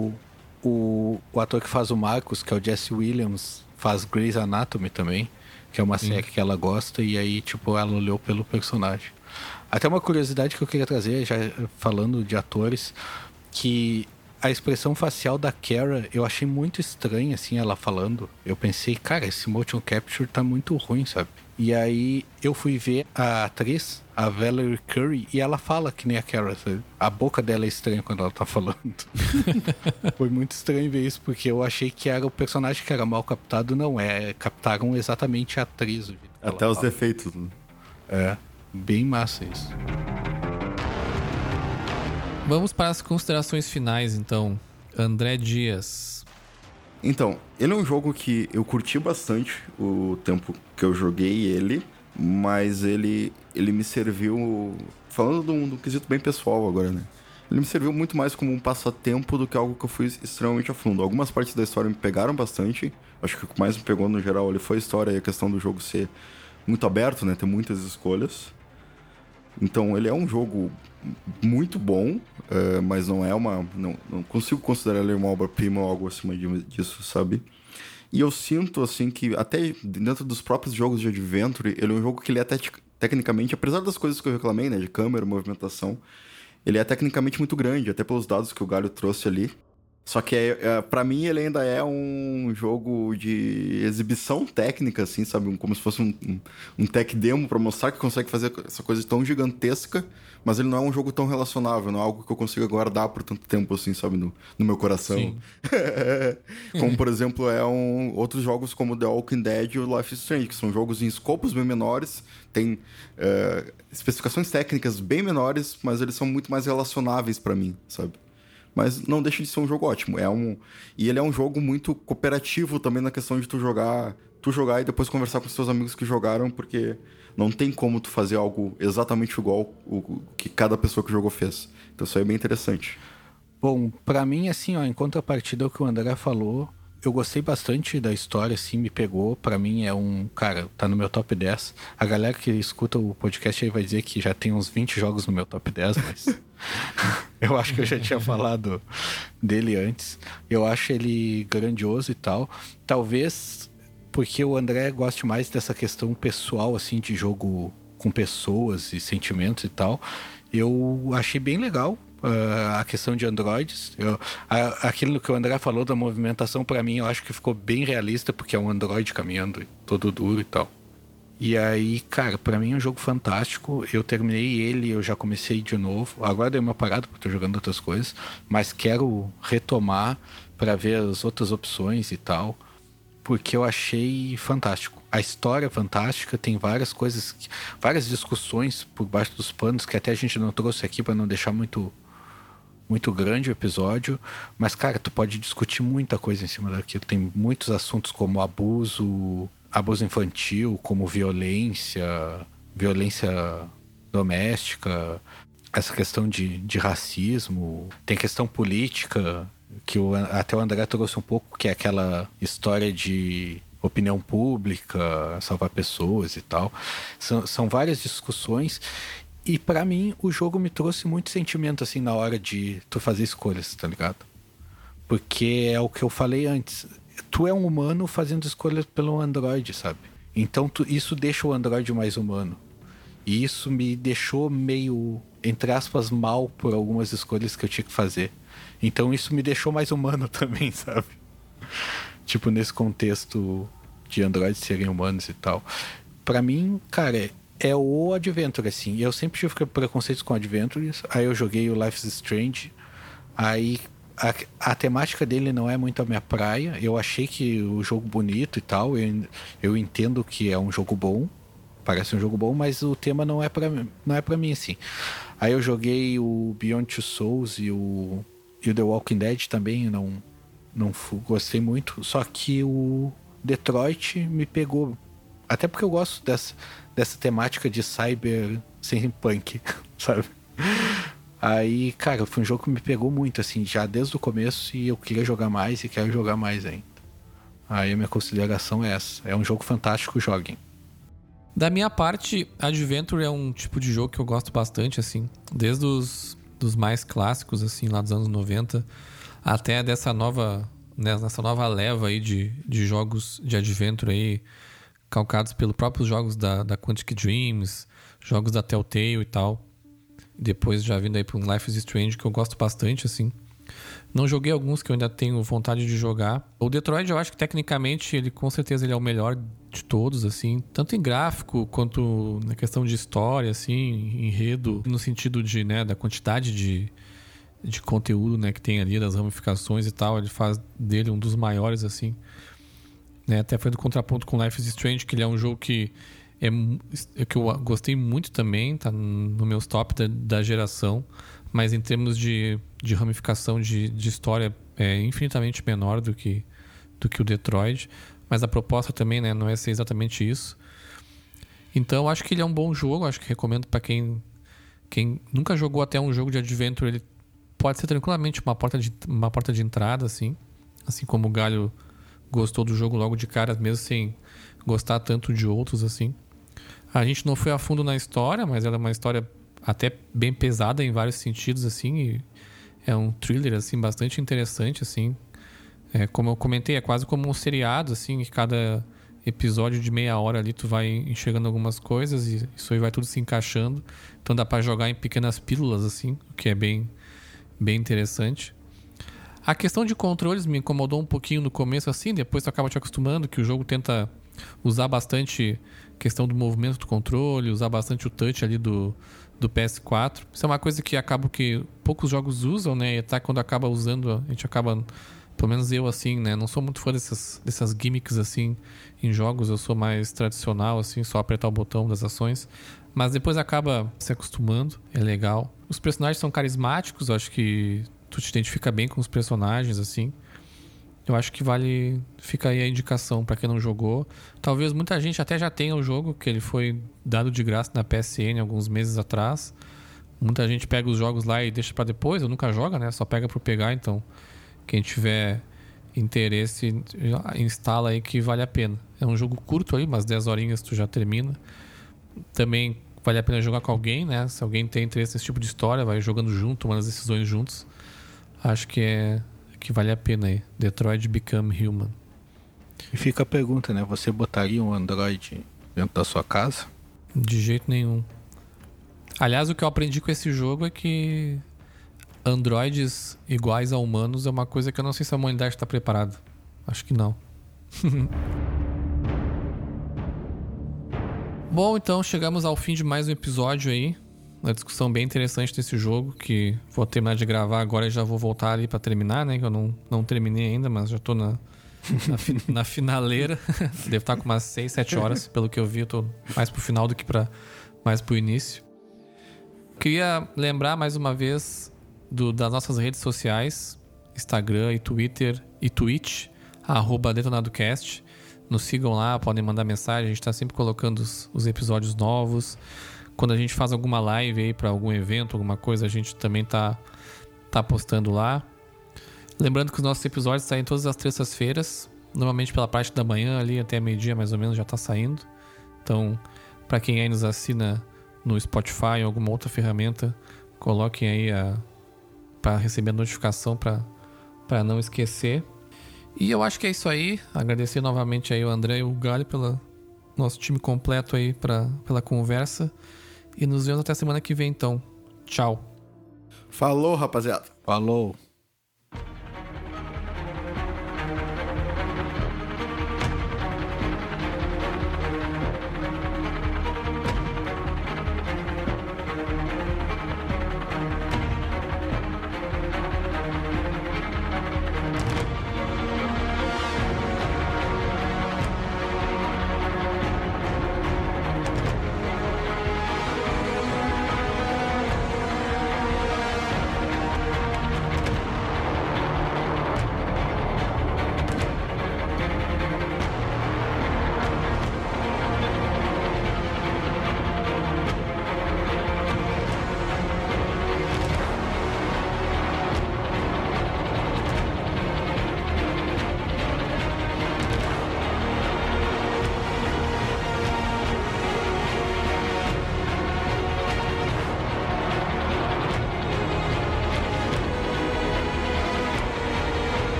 o ator que faz o Marcos, que é o Jesse Williams, faz Grey's Anatomy também, que é uma série que ela gosta, e aí, tipo, ela olhou pelo personagem. Até uma curiosidade que eu queria trazer, já falando de atores, que a expressão facial da Kara eu achei muito estranha, assim, ela falando. Eu pensei, cara, esse motion capture tá muito ruim, sabe? E aí eu fui ver a atriz, a Valerie Curry, e ela fala que nem a Kara, sabe? A boca dela é estranha quando ela tá falando. Foi muito estranho ver isso, porque eu achei que era o personagem que era mal captado. Não, captaram exatamente a atriz. Até os defeitos. É, bem massa isso. Vamos para as considerações finais, então. André Dias. Então, ele é um jogo que eu curti bastante o tempo que eu joguei ele, mas ele me serviu... Falando de um quesito bem pessoal agora, né? Ele me serviu muito mais como um passatempo do que algo que eu fui extremamente a fundo. Algumas partes da história me pegaram bastante. Acho que o que mais me pegou no geral ali foi a história e a questão do jogo ser muito aberto, né? Ter muitas escolhas. Então, ele é um jogo muito bom, mas não é uma... Não consigo considerar ele uma obra-prima ou algo acima disso, sabe? E eu sinto, assim, que até dentro dos próprios jogos de Adventure, ele é um jogo que ele é tecnicamente, apesar das coisas que eu reclamei, né? De câmera, movimentação, ele é tecnicamente muito grande, até pelos dados que o Galho trouxe ali. Só que, pra mim, ele ainda é um jogo de exibição técnica, assim, sabe? Como se fosse um tech demo pra mostrar que consegue fazer essa coisa tão gigantesca, mas ele não é um jogo tão relacionável, não é algo que eu consiga guardar por tanto tempo, assim, sabe? No meu coração. Como, por exemplo, outros jogos como The Walking Dead e o Life is Strange, que são jogos em escopos bem menores, tem especificações técnicas bem menores, mas eles são muito mais relacionáveis pra mim, sabe? mas não deixa de ser um jogo ótimo. E ele é um jogo muito cooperativo também na questão de tu jogar e depois conversar com os teus amigos que jogaram, porque não tem como tu fazer algo exatamente igual o que cada pessoa que jogou fez. Então isso aí é bem interessante. Bom, pra mim, assim, ó, em contrapartida ao que o André falou, eu gostei bastante da história, assim, me pegou. Pra mim é cara, tá no meu top 10. A galera que escuta o podcast aí vai dizer que já tem uns 20 jogos no meu top 10, mas eu acho que eu já tinha falado dele antes. Eu acho ele grandioso e tal. Talvez porque o André goste mais dessa questão pessoal, assim, de jogo com pessoas e sentimentos e tal. Eu achei bem legal a questão de androides. Aquilo que o André falou da movimentação, pra mim, eu acho que ficou bem realista, porque é um androide caminhando todo duro e tal. E aí, cara, pra mim é um jogo fantástico. Eu terminei ele, eu já comecei de novo. Agora dei uma parada porque tô jogando outras coisas, mas quero retomar pra ver as outras opções e tal, porque eu achei fantástico. A história é fantástica, tem várias coisas, várias discussões por baixo dos panos que até a gente não trouxe aqui para não deixar muito grande o episódio, mas, cara, tu pode discutir muita coisa em cima daquilo. Tem muitos assuntos como abuso infantil, como violência doméstica, essa questão de racismo, tem questão política, que até o André trouxe um pouco, que é aquela história de opinião pública, salvar pessoas e tal. São várias discussões. E pra mim, o jogo me trouxe muito sentimento, assim, na hora de tu fazer escolhas, tá ligado? Porque é o que eu falei antes. Tu é um humano fazendo escolhas pelo Android, sabe? Então isso deixa o Android mais humano. E isso me deixou meio, entre aspas, mal por algumas escolhas que eu tinha que fazer. Então isso me deixou mais humano também, sabe? Tipo, nesse contexto de Androids serem humanos e tal. Pra mim, cara, é o Adventure, assim. Eu sempre tive preconceitos com Adventures. Aí eu joguei o Life is Strange. Aí a temática dele não é muito a minha praia. Eu achei que o jogo bonito e tal. Eu entendo que é um jogo bom. Parece um jogo bom, mas o tema não é pra mim, assim. Aí eu joguei o Beyond Two Souls e o The Walking Dead também. Não gostei muito. Só que o Detroit me pegou. Até porque eu gosto dessa temática de cyber sem punk, sabe? Aí, cara, foi um jogo que me pegou muito, assim, já desde o começo, e eu queria jogar mais e quero jogar mais ainda. Aí a minha consideração é essa. É um jogo fantástico, joguem. Da minha parte, Adventure é um tipo de jogo que eu gosto bastante, assim. Desde dos mais clássicos, assim, lá dos anos 90, até nessa nova leva aí de jogos de Adventure aí, calcados pelos próprios jogos da Quantic Dreams, jogos da Telltale e tal. Depois já vindo aí para um Life is Strange, que eu gosto bastante, assim. Não joguei alguns que eu ainda tenho vontade de jogar. O Detroit, eu acho que tecnicamente, com certeza ele é o melhor de todos, assim. Tanto em gráfico, quanto na questão de história, assim, enredo. No sentido da quantidade de conteúdo, né, que tem ali, das ramificações e tal. Ele faz dele um dos maiores, assim. Né? Até foi do contraponto com Life is Strange, que ele é um jogo que eu gostei muito também, tá no meus top da geração, mas em termos de ramificação de história é infinitamente menor do que o Detroit, mas a proposta também, né, não é ser exatamente isso. Então eu acho que ele é um bom jogo, acho que recomendo para quem nunca jogou até um jogo de Adventure. Ele pode ser tranquilamente uma porta de entrada, assim como o Galho gostou do jogo logo de cara, mesmo sem gostar tanto de outros, assim. A gente não foi a fundo na história, mas ela é uma história até bem pesada em vários sentidos, assim, e é um thriller, assim, bastante interessante, assim. Como eu comentei, é quase como um seriado, assim, que cada episódio de meia hora ali tu vai enxergando algumas coisas e isso aí vai tudo se encaixando. Então dá pra jogar em pequenas pílulas, assim, o que é bem, bem interessante. A questão de controles me incomodou um pouquinho no começo, assim, depois tu acaba te acostumando, que o jogo tenta usar bastante questão do movimento do controle, usar bastante o touch ali do PS4. Isso é uma coisa que acaba que poucos jogos usam, né? E até quando acaba usando, a gente acaba, pelo menos eu, assim, né? Não sou muito fã dessas gimmicks, assim, em jogos. Eu sou mais tradicional, assim, só apertar o botão das ações. Mas depois acaba se acostumando, é legal. Os personagens são carismáticos, eu acho que tu te identifica bem com os personagens, assim. Eu acho que fica aí a indicação pra quem não jogou. Talvez muita gente até já tenha o jogo, que ele foi dado de graça na PSN alguns meses atrás. Muita gente pega os jogos lá e deixa pra depois, ou nunca joga, né? Só pega por pegar, então quem tiver interesse, instala aí que vale a pena. É um jogo curto aí, umas 10 horinhas tu já termina. Também vale a pena jogar com alguém, né? Se alguém tem interesse nesse tipo de história, vai jogando junto, tomando as decisões juntos. Acho que vale a pena aí. Detroit Become Human. E fica a pergunta, né? Você botaria um Android dentro da sua casa? De jeito nenhum. Aliás, o que eu aprendi com esse jogo é que androides iguais a humanos é uma coisa que eu não sei se a humanidade está preparada. Acho que não. Bom, então chegamos ao fim de mais um episódio aí. Uma discussão bem interessante desse jogo, que vou terminar de gravar agora e já vou voltar ali pra terminar, né? Que eu não terminei ainda, mas já tô na finaleira. Devo estar com umas 6, 7 horas. Pelo que eu vi, eu tô mais pro final do que mais pro início. Queria lembrar mais uma vez das nossas redes sociais, Instagram e Twitter e Twitch, @DetonadoCast. Nos sigam lá, podem mandar mensagem, a gente tá sempre colocando os episódios novos. Quando a gente faz alguma live aí pra algum evento, alguma coisa, a gente também tá postando lá. Lembrando que os nossos episódios saem todas as terças-feiras, normalmente pela parte da manhã ali até meio-dia mais ou menos já tá saindo. Então, pra quem aí nos assina no Spotify ou alguma outra ferramenta, coloquem aí pra receber a notificação pra não esquecer. E eu acho que é isso aí. Agradecer novamente aí o André e o Galho pelo nosso time completo aí pela conversa. E nos vemos até a semana que vem, então. Tchau. Falou, rapaziada. Falou.